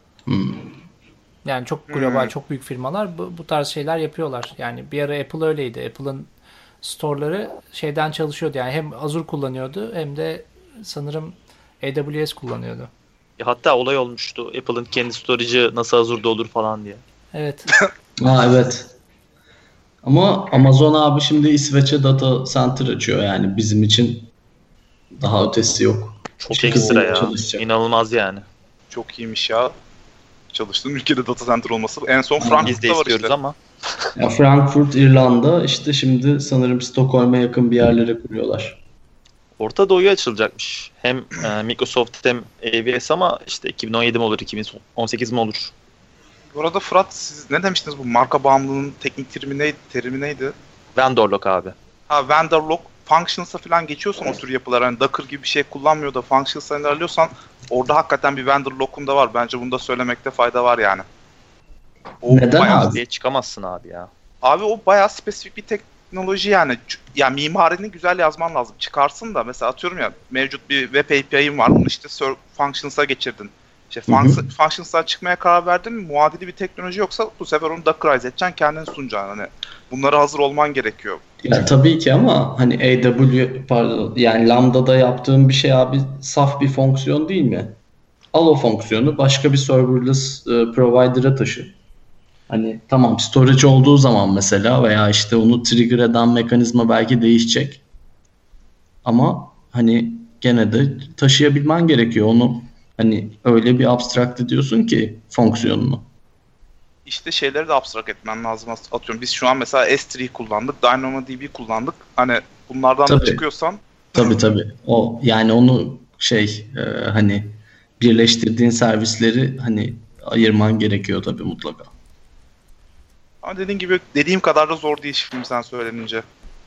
Yani çok global, çok büyük firmalar bu tarz şeyler yapıyorlar. Yani bir ara Apple öyleydi. Apple'ın store'ları şeyden çalışıyordu. Yani hem Azure kullanıyordu hem de sanırım AWS kullanıyordu. Hatta olay olmuştu. Apple'ın kendi storage'ı nasıl Azure'da olur falan diye. Evet. Evet. Ama Amazon abi şimdi İsveç'e data center açıyor, yani bizim için daha ötesi yok. Çok Çünkü ekstra ya. çalışacak. İnanılmaz yani. Çok iyiymiş ya. Çalıştığım ülkede data center olması. En son Biz de Frankfurt'ta var istiyoruz işte. ama. Ya Frankfurt, İrlanda, işte şimdi sanırım Stockholm'a yakın bir yerlere kuruyorlar. Orta Doğu'ya açılacakmış. Hem Microsoft hem AWS ama işte 2017 mi olur, 2018 mi olur? Bu arada Fırat, siz ne demiştiniz, bu marka bağımlılığının teknik terimi neydi? Vendor lock abi. Ha, vendor lock. Functions'a falan geçiyorsan o tür yapılar, hani Docker gibi bir şey kullanmıyor da Functions'a ilerliyorsan orada hakikaten bir vendor lock'un da var. Bence bunu da söylemekte fayda var yani. O Neden bayağı- abi? Diye çıkamazsın abi ya. Abi o bayağı spesifik bir teknoloji yani. Ya mimarini güzel yazman lazım. Çıkarsın da mesela atıyorum ya, mevcut bir web API'in var. Onu işte Functions'a geçirdin. İşte Functions'tan çıkmaya karar verdin mi, muadili bir teknoloji yoksa bu sefer onu Dockerize edeceksin, kendin sunacaksın. Hani bunlara hazır olman gerekiyor. Ya tabii ki, ama hani yani Lambda'da yaptığım bir şey abi saf bir fonksiyon değil mi? Al o fonksiyonu başka bir serverless provider'a taşı. Hani tamam, storage olduğu zaman mesela veya işte onu trigger eden mekanizma belki değişecek. Ama hani gene de taşıyabilmen gerekiyor onu. Hani öyle bir abstract ediyorsun ki fonksiyonunu. İşte şeyleri de abstract etmen lazım. Atıyorum biz şu an mesela S3 kullandık, DynamoDB kullandık. Hani bunlardan da Tabii. çıkıyorsan Tabii. O yani onu hani birleştirdiğin servisleri hani ayırman gerekiyor tabii mutlaka. ama dediğim kadar da zor değil şimdi sen söylenince.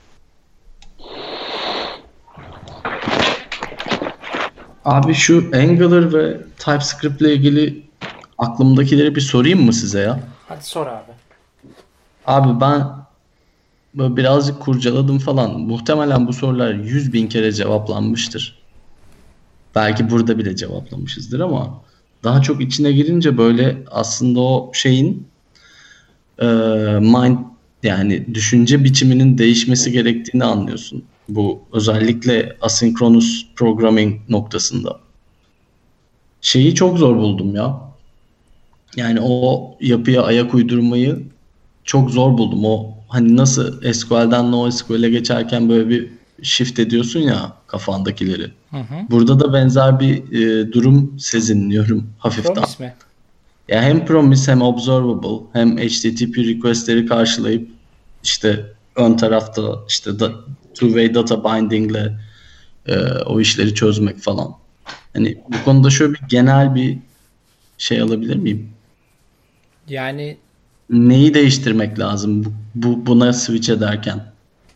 Abi şu Angular ve TypeScript ile ilgili aklımdakileri bir sorayım mı size ya? Hadi sor abi. Abi ben böyle birazcık kurcaladım falan. Muhtemelen bu sorular 100.000 kere cevaplanmıştır. Belki burada bile cevaplamışızdır ama daha çok içine girince böyle aslında o şeyin mind, yani düşünce biçiminin değişmesi gerektiğini anlıyorsun. Bu özellikle asynchronous programming noktasında. Şeyi çok zor buldum ya. Yani o yapıya ayak uydurmayı çok zor buldum. O hani nasıl SQL'den NoSQL'e geçerken böyle bir shift ediyorsun ya kafandakileri. Hı hı. Burada da benzer bir durum sezinliyorum hafiften. Promise mi? Ya hem promise hem observable hem HTTP requestleri karşılayıp işte ön tarafta işte two-way data binding'le o işleri çözmek falan. Hani bu konuda şöyle bir genel bir şey alabilir miyim? Yani Neyi değiştirmek lazım buna switch ederken?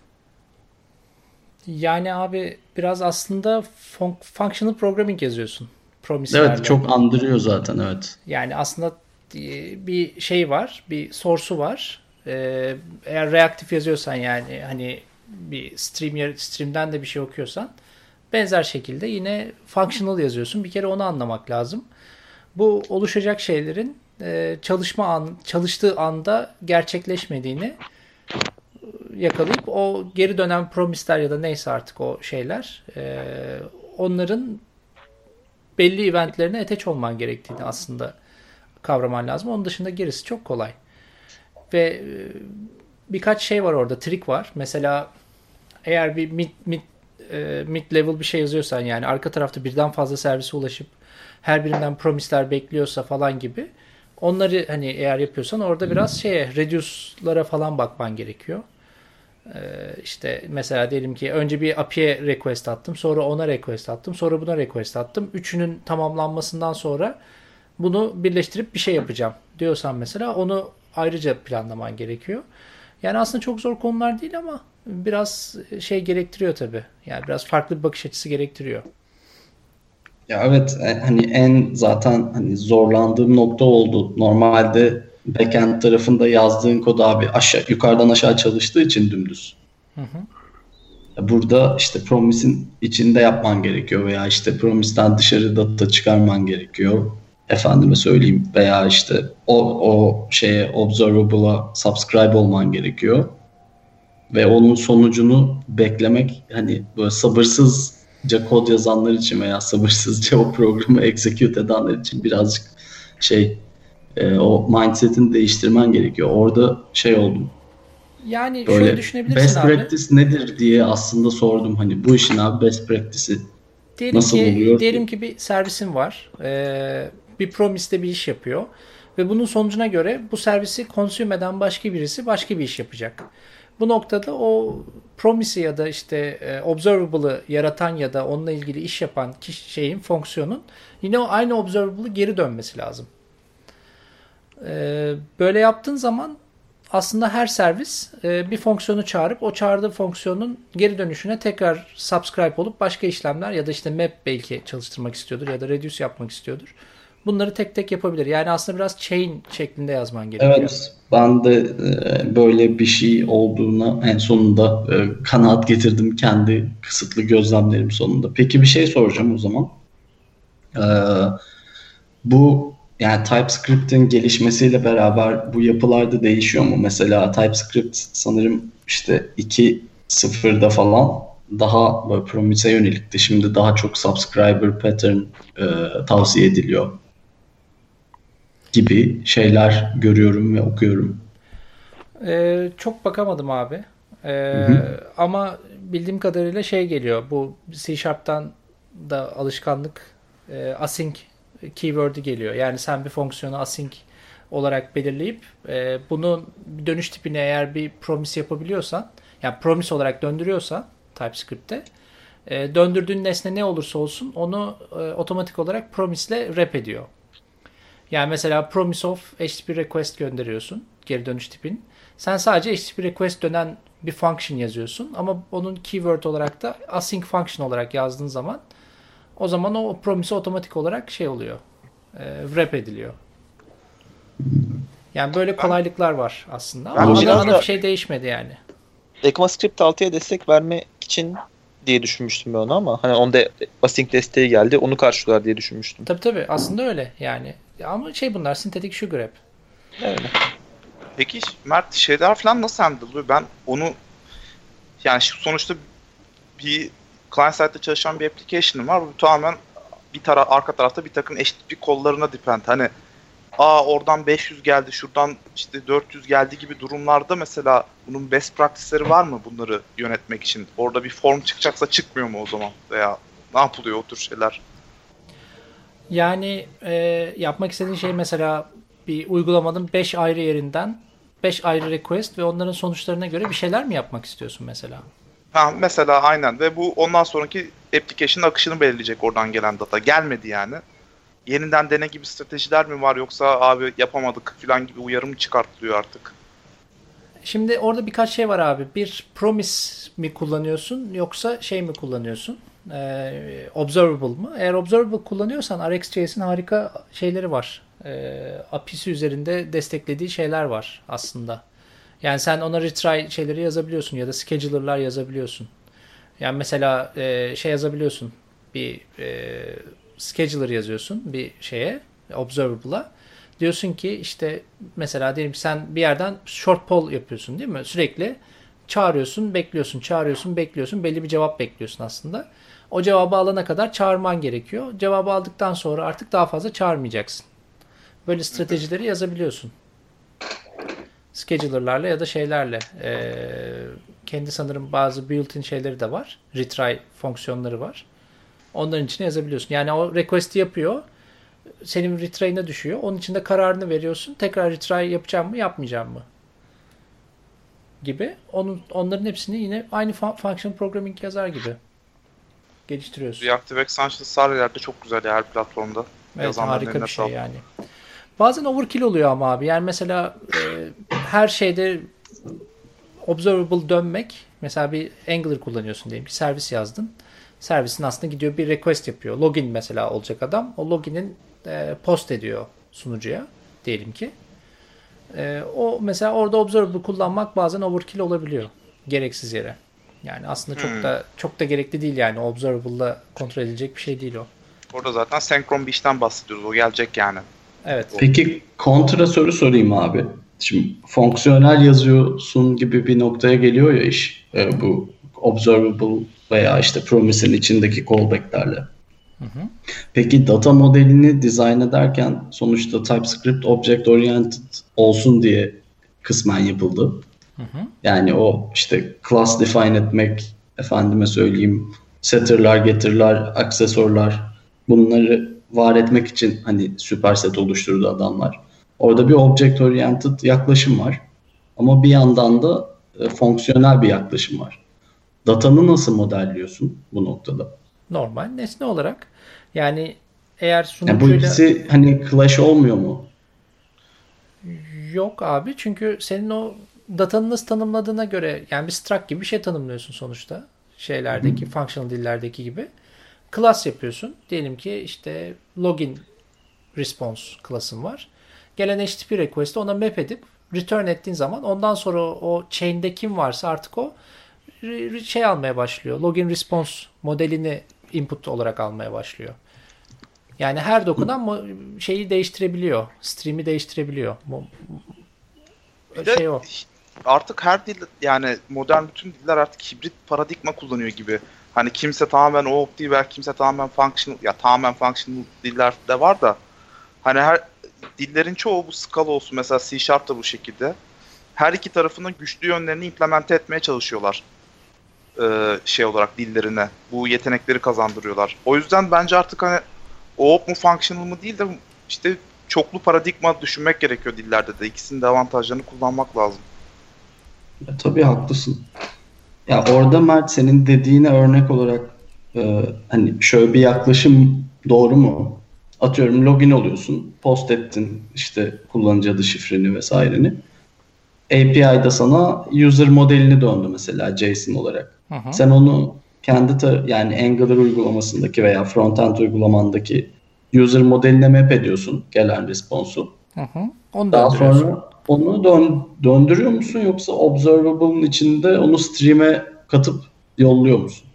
Yani abi biraz aslında functional programming yazıyorsun. Promise'lerle. Evet, çok andırıyor zaten, evet. Yani aslında bir şey var, bir source'u var. Eğer reaktif yazıyorsan, yani hani bir stream'den de bir şey okuyorsan benzer şekilde yine functional yazıyorsun. Bir kere onu anlamak lazım. Bu oluşacak şeylerin çalıştığı anda gerçekleşmediğini yakalayıp o geri dönen promise'ler ya da neyse artık o şeyler onların belli eventlerine attach olman gerektiğini aslında kavraman lazım. Onun dışında gerisi çok kolay. Ve birkaç şey var orada, trik var. Mesela eğer bir mid level bir şey yazıyorsan, yani arka tarafta birden fazla servise ulaşıp her birinden promise'ler bekliyorsa falan gibi, onları hani eğer yapıyorsan orada biraz reduce'lara falan bakman gerekiyor. İşte mesela diyelim ki önce bir API'ye request attım, sonra ona request attım, sonra buna request attım. Üçünün tamamlanmasından sonra bunu birleştirip bir şey yapacağım diyorsan mesela onu ayrıca planlaman gerekiyor. Yani aslında çok zor konular değil ama biraz şey gerektiriyor tabii. Yani biraz farklı bir bakış açısı gerektiriyor. Ya evet, hani en zaten hani zorlandığım nokta oldu. Normalde backend tarafında yazdığın kod abi yukarıdan aşağı çalıştığı için dümdüz. Hı hı. Burada işte promise'in içinde yapman gerekiyor veya işte promise'den dışarı data çıkarman gerekiyor. Efendime söyleyeyim, veya işte o şeye observable'a subscribe olman gerekiyor. Ve onun sonucunu beklemek, hani böyle sabırsızca kod yazanlar için veya sabırsızca o programı execute edenler için birazcık o mindset'ini değiştirmen gerekiyor. Orada oldum. Yani böyle şöyle düşünebilirsin best abi. practice nedir diye aslında sordum. Hani bu işin abi best practice'i nasıl oluyor? Diyelim ki bir servisin var. Bir promise'de bir iş yapıyor. Ve bunun sonucuna göre bu servisi consume eden başka birisi başka bir iş yapacak. Bu noktada o promise'i ya da işte observable'ı yaratan ya da onunla ilgili iş yapan fonksiyonun yine o aynı observable'ı geri dönmesi lazım. Böyle yaptığın zaman aslında her servis bir fonksiyonu çağırıp o çağırdığı fonksiyonun geri dönüşüne tekrar subscribe olup başka işlemler ya da işte map belki çalıştırmak istiyordur ya da reduce yapmak istiyordur. Bunları tek tek yapabilir. Yani aslında biraz chain şeklinde yazman gerekiyor. Evet, ben de böyle bir şey olduğuna en sonunda kanaat getirdim kendi kısıtlı gözlemlerim sonunda. Peki bir şey soracağım o zaman. Bu yani TypeScript'in gelişmesiyle beraber bu yapılarda değişiyor mu? Mesela TypeScript sanırım işte 2.0'da falan daha böyle promise'e yönelikti. Şimdi daha çok subscriber pattern tavsiye ediliyor gibi şeyler görüyorum ve okuyorum. Çok bakamadım abi. Ama bildiğim kadarıyla geliyor. Bu C Sharp'tan da alışkanlık async keyword'ü geliyor. Yani sen bir fonksiyonu async olarak belirleyip bunun dönüş tipine eğer bir promise yapabiliyorsan, yani promise olarak döndürüyorsan TypeScript'te döndürdüğün nesne ne olursa olsun onu otomatik olarak promise'le wrap ediyor. Yani mesela promise of HTTP request gönderiyorsun, geri dönüş tipin. Sen sadece HTTP request dönen bir function yazıyorsun ama onun keyword olarak da async function olarak yazdığın zaman o zaman o promise otomatik olarak oluyor. Wrap ediliyor. Yani böyle kolaylıklar var aslında. Ama ana bir şey değişmedi yani. ECMAScript 6'ya destek vermek için diye düşünmüştüm ben onu ama hani onda async desteği geldi. Onu karşılar diye düşünmüştüm. Tabii. Aslında öyle yani. Ama bunlar sintetik sugar app. Öyle. Peki Mert şeyler falan nasıl handle'lıyor? Ben onu yani sonuçta bir client side'de çalışan bir application'ım var. Bu tamamen arka tarafta bir takım HTTP kollarına depend. Hani oradan 500 geldi, şuradan işte 400 geldi gibi durumlarda mesela bunun best practice'leri var mı bunları yönetmek için? Orada bir form çıkacaksa çıkmıyor mu o zaman? Veya ne yapılıyor o tür şeyler? Yani yapmak istediğin şey mesela bir uygulamanın 5 ayrı yerinden 5 ayrı request ve onların sonuçlarına göre bir şeyler mi yapmak istiyorsun mesela? Mesela aynen ve bu ondan sonraki application'ın akışını belirleyecek oradan gelen data. Gelmedi yani. Yeniden dene gibi stratejiler mi var yoksa abi yapamadık falan gibi uyarı mı çıkartılıyor artık? Şimdi orada birkaç şey var abi. Bir promise mi kullanıyorsun yoksa mi kullanıyorsun? Observable mı? Eğer observable kullanıyorsan RxJS'in harika şeyleri var. API'si üzerinde desteklediği şeyler var aslında. Yani sen ona retry şeyleri yazabiliyorsun ya da scheduler'lar yazabiliyorsun. Yani mesela yazabiliyorsun. Bir scheduler yazıyorsun bir observable'a. Diyorsun ki işte mesela diyelim ki sen bir yerden short poll yapıyorsun değil mi? Sürekli çağırıyorsun, bekliyorsun, çağırıyorsun, bekliyorsun. Belli bir cevap bekliyorsun aslında. O cevabı alana kadar çağırman gerekiyor. Cevabı aldıktan sonra artık daha fazla çağırmayacaksın. Böyle stratejileri yazabiliyorsun. Scheduler'larla ya da şeylerle. Kendi sanırım bazı built-in şeyleri de var. Retry fonksiyonları var. Onların içine yazabiliyorsun. Yani o request'i yapıyor. Senin retry'ine düşüyor. Onun için de kararını veriyorsun. Tekrar retry yapacağım mı, yapmayacağım mı? Gibi. Onların hepsini yine aynı function programming yazar gibi geliştiriyorsun. Reactive Extensions her yerde çok güzel ya, her platformda. Evet, harika bir şey yani. Bazen overkill oluyor ama abi. Yani mesela her şeyde observable dönmek. Mesela bir Angular kullanıyorsun diyelim ki, servis yazdın. Servisin aslında gidiyor bir request yapıyor. Login mesela olacak adam. O login'in post ediyor sunucuya diyelim ki. O mesela orada observable kullanmak bazen overkill olabiliyor. Gereksiz yere. Yani aslında çok da gerekli değil yani. Observable'la kontrol edilecek bir şey değil o. Orada zaten senkron bir işten bahsediyoruz. O gelecek yani. Evet. Peki kontra soru sorayım abi. Şimdi fonksiyonel yazıyorsun gibi bir noktaya geliyor ya iş. Bu observable veya işte promise'in içindeki callback'lerle. Peki data modelini dizayn ederken sonuçta TypeScript object oriented olsun diye kısmen yapıldı. Yani o işte class define etmek, efendime söyleyeyim setter'lar, getter'lar, aksesuarlar, bunları var etmek için hani superset oluşturdu adamlar. Orada bir object oriented yaklaşım var. Ama bir yandan da fonksiyonel bir yaklaşım var. Datanı nasıl modelliyorsun bu noktada? Normal nesne olarak. Yani eğer Yani bu sunucuyla... ikisi hani clash olmuyor mu? Yok abi, çünkü senin o datanı nasıl tanımladığına göre, yani bir struct gibi bir şey tanımlıyorsun sonuçta. Şeylerdeki, functional dillerdeki gibi. Class yapıyorsun. Diyelim ki işte login response class'ın var. Gelen HTTP request'i ona map edip return ettiğin zaman ondan sonra o chain'de kim varsa artık o şey almaya başlıyor. Login response modelini input olarak almaya başlıyor. Yani her dokunan şeyi değiştirebiliyor. Stream'i değiştirebiliyor. O. Artık her dil, yani modern bütün diller artık hibrit paradigma kullanıyor gibi. Hani kimse tamamen OOP değil, belki kimse tamamen functional, ya tamamen functional diller de var da hani her dillerin çoğu bu Scala olsun mesela, C# da bu şekilde. Her iki tarafının güçlü yönlerini implemente etmeye çalışıyorlar. Şey olarak dillerine. Bu yetenekleri kazandırıyorlar. O yüzden bence artık hani OOP mu functional mı değil de işte çoklu paradigma düşünmek gerekiyor dillerde de. İkisinin de avantajlarını kullanmak lazım. Tabii haklısın. Ya orada Mert senin dediğine örnek olarak hani şöyle bir yaklaşım doğru mu? Atıyorum login oluyorsun, post ettin işte kullanıcı adı, şifreni vesaireni. API'da sana user modelini döndü mesela JSON olarak. Sen onu kendi yani Angular uygulamasındaki veya frontend uygulamandaki user modeline map ediyorsun gelen response'u. Daha sonra onu döndürüyor musun, yoksa observable'ın içinde onu stream'e katıp yolluyor musun?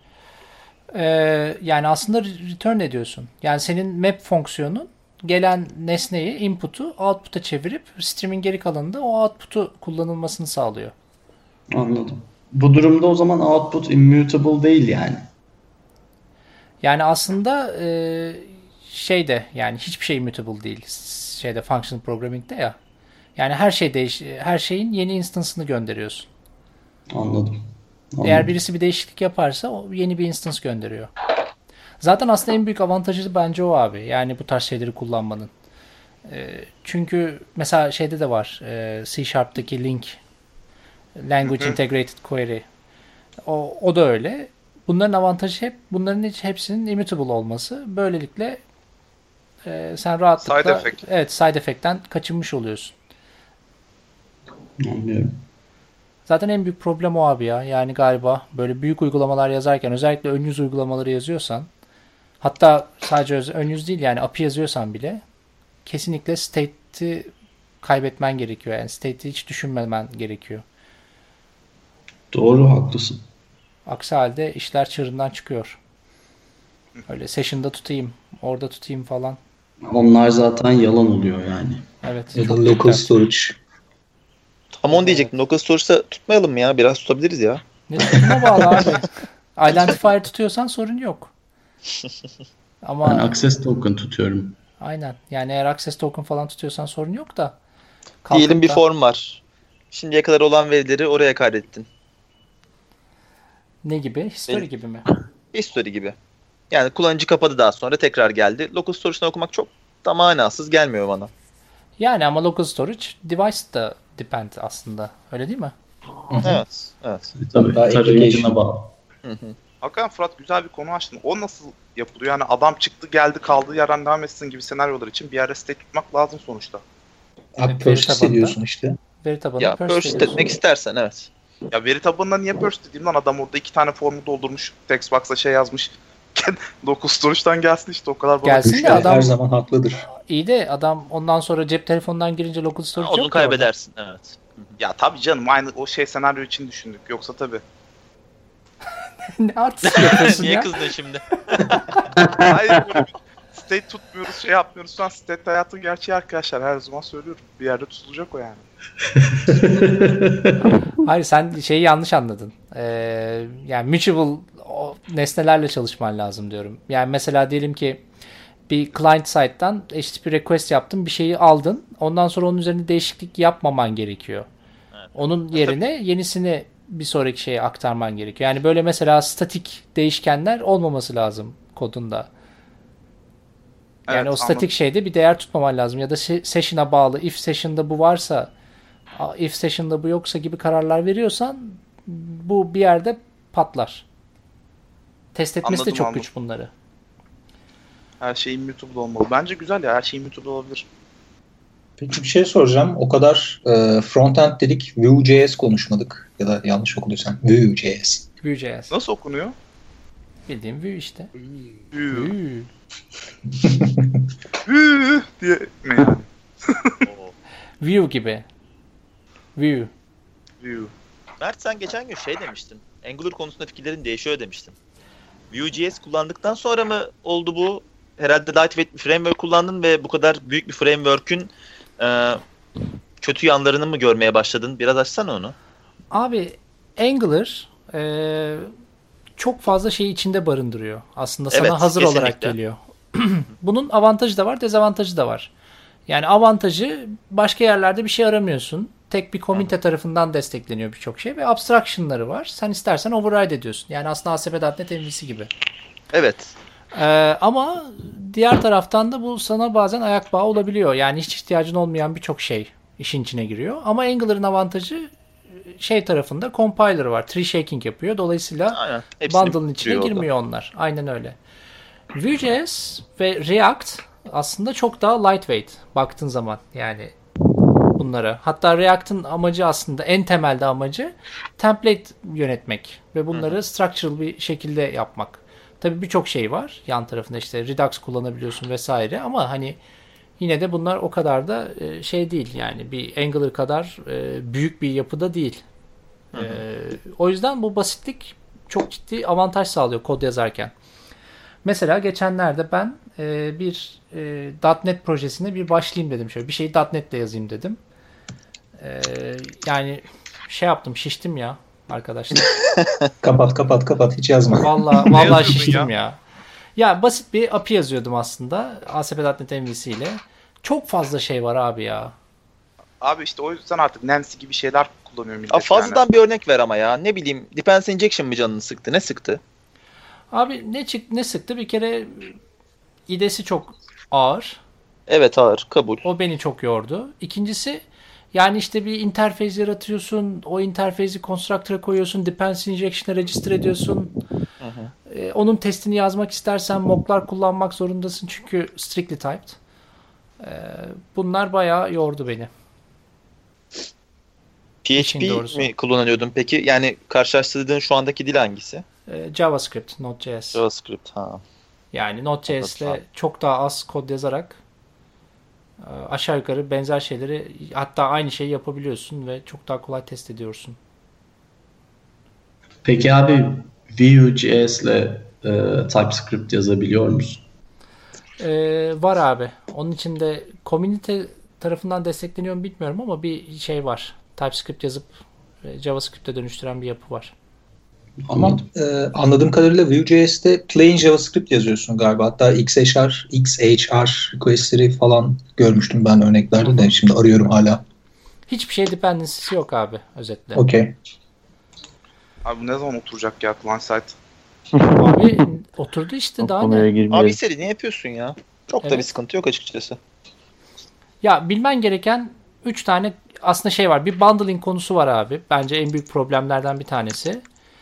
Yani aslında return ediyorsun. Yani senin map fonksiyonun gelen nesneyi, input'u output'a çevirip stream'in geri kalanında o output'u kullanılmasını sağlıyor. Anladım. Bu durumda o zaman output immutable değil yani. Yani aslında yani hiçbir şey immutable değil. Functional programming'de ya. Yani her şeyin yeni instance'ını gönderiyorsun. Anladım. Eğer birisi bir değişiklik yaparsa o yeni bir instance gönderiyor. Zaten aslında en büyük avantajı bence o abi. Yani bu tarz şeyleri kullanmanın. Çünkü mesela şeyde de var. C#'daki link Language Integrated Query. O da öyle. Bunların avantajı bunların hepsinin immutable olması. Böylelikle sen rahatlıkla side effect'ten kaçınmış oluyorsun. Anlıyorum. Zaten en büyük problem o abi ya. Yani galiba böyle büyük uygulamalar yazarken, özellikle ön yüz uygulamaları yazıyorsan, hatta sadece ön yüz değil yani API yazıyorsan bile kesinlikle state'i kaybetmen gerekiyor. Yani state'i hiç düşünmemen gerekiyor. Doğru, haklısın. Aksi halde işler çığırından çıkıyor. Öyle session'da tutayım, orada tutayım falan. Onlar zaten yalan oluyor yani. Evet. Ya da local storage. Ama onu diyecektim. Local storage'da tutmayalım mı ya? Biraz tutabiliriz ya. Ne tuttuğuna bağlı abi. Identifier tutuyorsan sorun yok. Ama Ben access token tutuyorum. aynen. Yani eğer access token falan tutuyorsan sorun yok da. Diyelim bir da- form var. Şimdiye kadar olan verileri oraya kaydettin. Ne gibi? History Benim- gibi mi? History gibi. Yani kullanıcı kapadı daha sonra tekrar geldi. Local storage'dan okumak çok da manasız gelmiyor bana. Yani ama local storage device da depend aslında. Öyle değil mi? Evet. Evet. Tabii Hatta tarayıcına bağlı. Hakikaten Fırat güzel bir konu açtın. O nasıl yapılıyor? Yani adam çıktı geldi kaldığı yerden devam etsin gibi senaryolar için bir yerde state tutmak lazım sonuçta. Abi Veri persist tabanında. ediyorsun işte. Veri tabanı Ya burst etmek istersen evet. Ya veri tabanına niye burst dediğim lan adam orada 2 tane formu doldurmuş. Textbox'a şey yazmış. Local storage'dan gelsin işte o kadar bana. Gelsin de Müşteri adam her zaman haklıdır. iyi de adam ondan sonra cep telefonundan girince local storage Onu yok ki orada. kaybedersin. Evet. Ya tabii canım aynı o şey senaryo için düşündük. Yoksa tabii. Ne artist yapıyorsun Niye ya? kızdın şimdi? Hayır böyle bir state tutmuyoruz şey yapmıyoruz. Şu an state hayatın gerçeği arkadaşlar. Her zaman söylüyorum. Bir yerde tutulacak o yani. Hayır sen şeyi yanlış anladın. Yani mutable nesnelerle çalışman lazım diyorum. Yani mesela diyelim ki bir client side'dan HTTP request yaptın, bir şeyi aldın. Ondan sonra onun üzerine değişiklik yapmaman gerekiyor. Onun yerine yenisini bir sonraki şeye aktarman gerekiyor. Yani böyle mesela statik değişkenler olmaması lazım kodunda. Yani Evet, o statik anladım. şeyde bir değer tutmaman lazım. Ya da session'a bağlı. If session'da bu varsa, if session'da bu yoksa gibi kararlar veriyorsan bu bir yerde patlar. Test etmesi de Anladım, çok anladım. güç bunları. Her şey immutable olmalı. Bence güzel ya. Her şey immutable olabilir. Peki bir şey soracağım. O kadar frontend dedik, Vue.js konuşmadık. Ya da yanlış okuduysam Vue.js. Vue.js. Nasıl okunuyor? Bildiğim Vue işte. Vue. Vue. Vue diye mi yani? Vue gibi. Vue. Vue. Mert sen geçen gün şey demiştin. Angular konusunda fikirlerin değişiyor demiştin. Vue.js kullandıktan sonra mı oldu bu? Herhalde lightweight bir framework kullandın ve bu kadar büyük bir framework'ün kötü yanlarını mı görmeye başladın? Biraz açsana onu. Abi Angular çok fazla şeyi içinde barındırıyor. Aslında sana Evet, hazır olarak kesinlikle. geliyor. Bunun avantajı da var, dezavantajı da var. Yani avantajı başka yerlerde bir şey aramıyorsun. Tek bir komünite tarafından destekleniyor birçok şey ve abstraction'ları var. Sen istersen override ediyorsun. Yani aslında ASP.NET MVC gibi. Evet. Ama diğer taraftan da bu sana bazen ayak bağı olabiliyor. Yani hiç ihtiyacın olmayan birçok şey işin içine giriyor. Ama Angular'ın avantajı şey tarafında compiler var. Tree shaking yapıyor. Dolayısıyla Aynen. Hepsini bundle'ın içine bitiriyor girmiyor onlar. Aynen öyle. Vue.js ve React aslında çok daha lightweight baktığın zaman yani bunlara. Hatta React'ın amacı aslında en temelde amacı template yönetmek ve bunları structural bir şekilde yapmak. Tabii birçok şey var yan tarafında işte Redux kullanabiliyorsun vesaire ama hani yine de bunlar o kadar da şey değil yani bir Angular kadar büyük bir yapıda değil. O yüzden bu basitlik çok ciddi avantaj sağlıyor kod yazarken. Mesela geçenlerde ben bir .NET projesine bir başlayayım dedim. Şöyle bir şeyi .NET'le yazayım dedim. Yani şey yaptım şiştim ya arkadaşlar. Kapat hiç yazma. Vallahi yazıyordun şiştim ya. Ya basit bir API yazıyordum aslında ASP.NET MVC ile. Çok fazla şey var abi ya. Abi işte o yüzden artık Nancy gibi şeyler kullanıyor millet. Abi fazladan bir örnek ver ama ya. Ne bileyim dependency injection mı canını sıktı? Ne sıktı? Abi ne sıktı? Bir kere idesi çok ağır. Evet ağır. Kabul. O beni çok yordu. İkincisi yani işte bir interface yaratıyorsun. O interface'i constructor'a koyuyorsun. Dependency injection'a register ediyorsun. Onun testini yazmak istersen mock'lar kullanmak zorundasın. Çünkü strictly typed. Bunlar bayağı yordu beni. İşin PHP doğrusu. mi kullanıyordun peki? Yani karşılaştırdığın şu andaki dil hangisi? JavaScript, Node.js. JavaScript. Ha. Yani Node.js ile Anladım. çok daha az kod yazarak aşağı yukarı benzer şeyleri hatta aynı şeyi yapabiliyorsun ve çok daha kolay test ediyorsun. Peki abi Vue.js ile TypeScript yazabiliyor musun? Var abi. Onun için de community tarafından destekleniyor mu bilmiyorum ama bir şey var. TypeScript yazıp JavaScript'e dönüştüren bir yapı var. Ama anladığım kadarıyla Vue.js'te plain JavaScript yazıyorsun galiba. Hatta XHR requestleri falan görmüştüm ben örneklerde de. Şimdi arıyorum hala. Hiçbir şey dependency'si yok abi özetle. Okey. Abi bu ne zaman oturacak ya client side? Abi oturdu işte daha Konuya ne? girmeyelim. Abi istediğini yapıyorsun ya. Çok da Evet. bir sıkıntı yok açıkçası. Ya bilmen gereken 3 tane aslında şey var. Bir bundling konusu var abi. Bence en büyük problemlerden bir tanesi.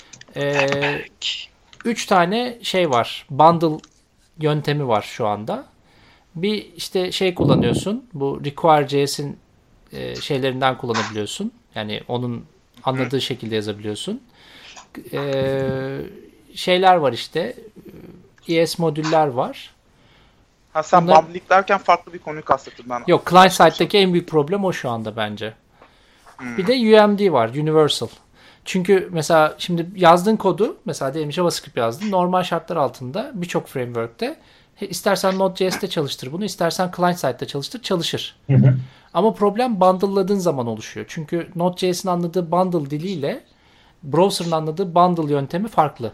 3 tane şey var. Bundle yöntemi var şu anda. Bir işte şey kullanıyorsun. Bu require.js'in şeylerinden kullanabiliyorsun. Yani onun anladığı şekilde yazabiliyorsun. Şeyler var işte. ES modüller var. Ha sen Bunlar- bundling derken farklı bir konuyu kastettim ben. Yok, client side'daki en büyük problem o şu anda bence. Bir de UMD var, Universal. Çünkü mesela şimdi yazdığın kodu, mesela diyelim JavaScript yazdın. Normal şartlar altında birçok framework'te istersen Node.js'te çalıştır bunu, istersen client side'de çalıştır, çalışır. Ama problem bundle'ladığın zaman oluşuyor. Çünkü Node.js'in anladığı bundle diliyle browser'ın anladığı bundle yöntemi farklı.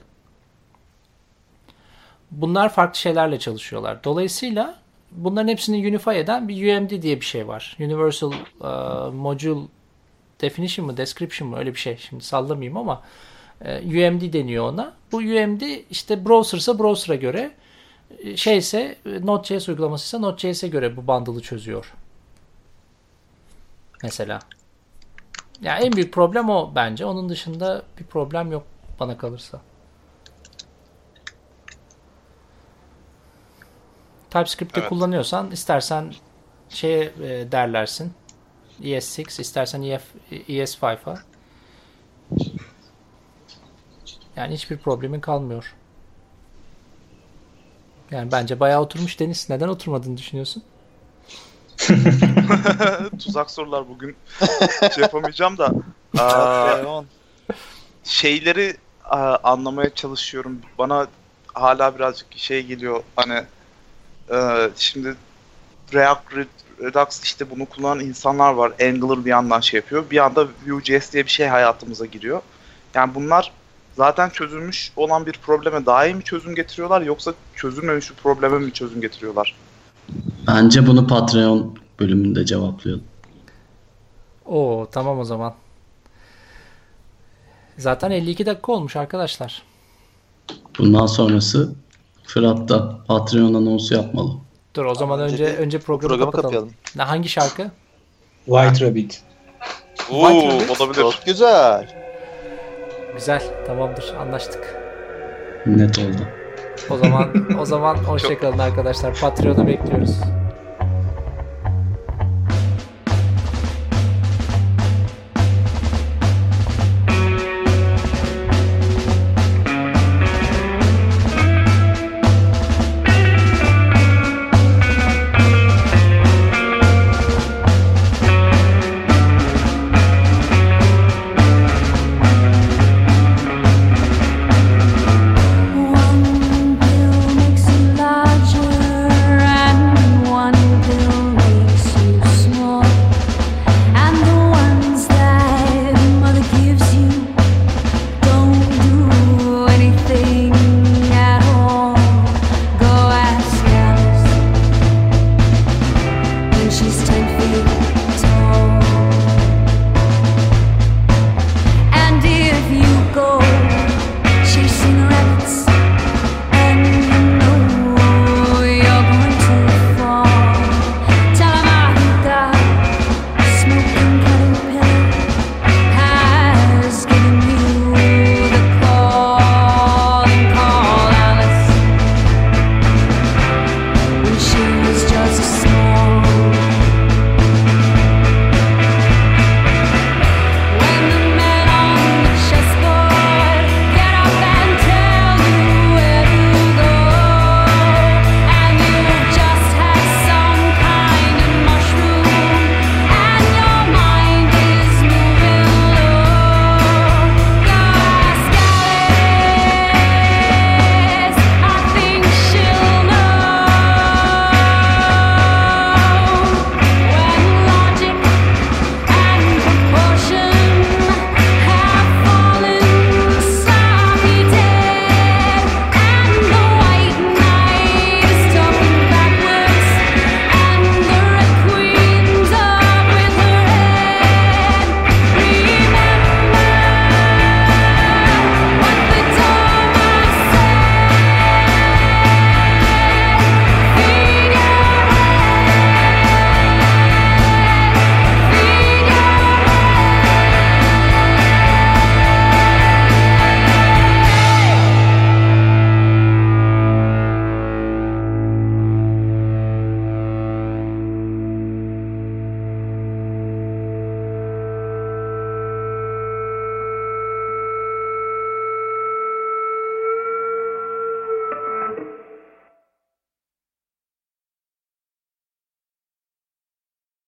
Bunlar farklı şeylerle çalışıyorlar. Dolayısıyla bunların hepsini unify eden bir UMD diye bir şey var. Universal Module Definition mı, Description mı, öyle bir şey. Şimdi sallamayayım ama UMD deniyor ona. Bu UMD işte browser'sa browser'a göre, şeyse Node.js uygulamasıysa Node.js'e göre bu bundle'ı çözüyor. Mesela. Yani en büyük problem o bence. Onun dışında bir problem yok bana kalırsa. TypeScript'te Evet. kullanıyorsan istersen şeye derlersin. ES6, istersen ES5'a. Yani hiçbir problemin kalmıyor. Yani bence bayağı oturmuş Deniz. Neden oturmadığını düşünüyorsun? Tuzak sorular bugün şey yapamayacağım da. Şeyleri anlamaya çalışıyorum. Bana hala birazcık şey geliyor. Hani şimdi React, Redux işte bunu kullanan insanlar var. Angular bir yandan şey yapıyor. Bir anda Vue.js diye bir şey hayatımıza giriyor. Yani bunlar zaten çözülmüş olan bir probleme daha iyi mi çözüm getiriyorlar yoksa çözülmemiş bir probleme mi çözüm getiriyorlar? Bence bunu Patreon bölümünde cevaplayalım. Oo, tamam o zaman. Zaten 52 dakika olmuş arkadaşlar. Bundan sonrası Fırat da Patreon anonsu yapmalı. Dur o zaman Tamam, önce programı kapatalım. Ne, hangi şarkı? White Rabbit. Olabilir. Çok güzel. Güzel, tamamdır, anlaştık. Net oldu. O zaman hoşça kalın arkadaşlar. Patreon'u bekliyoruz.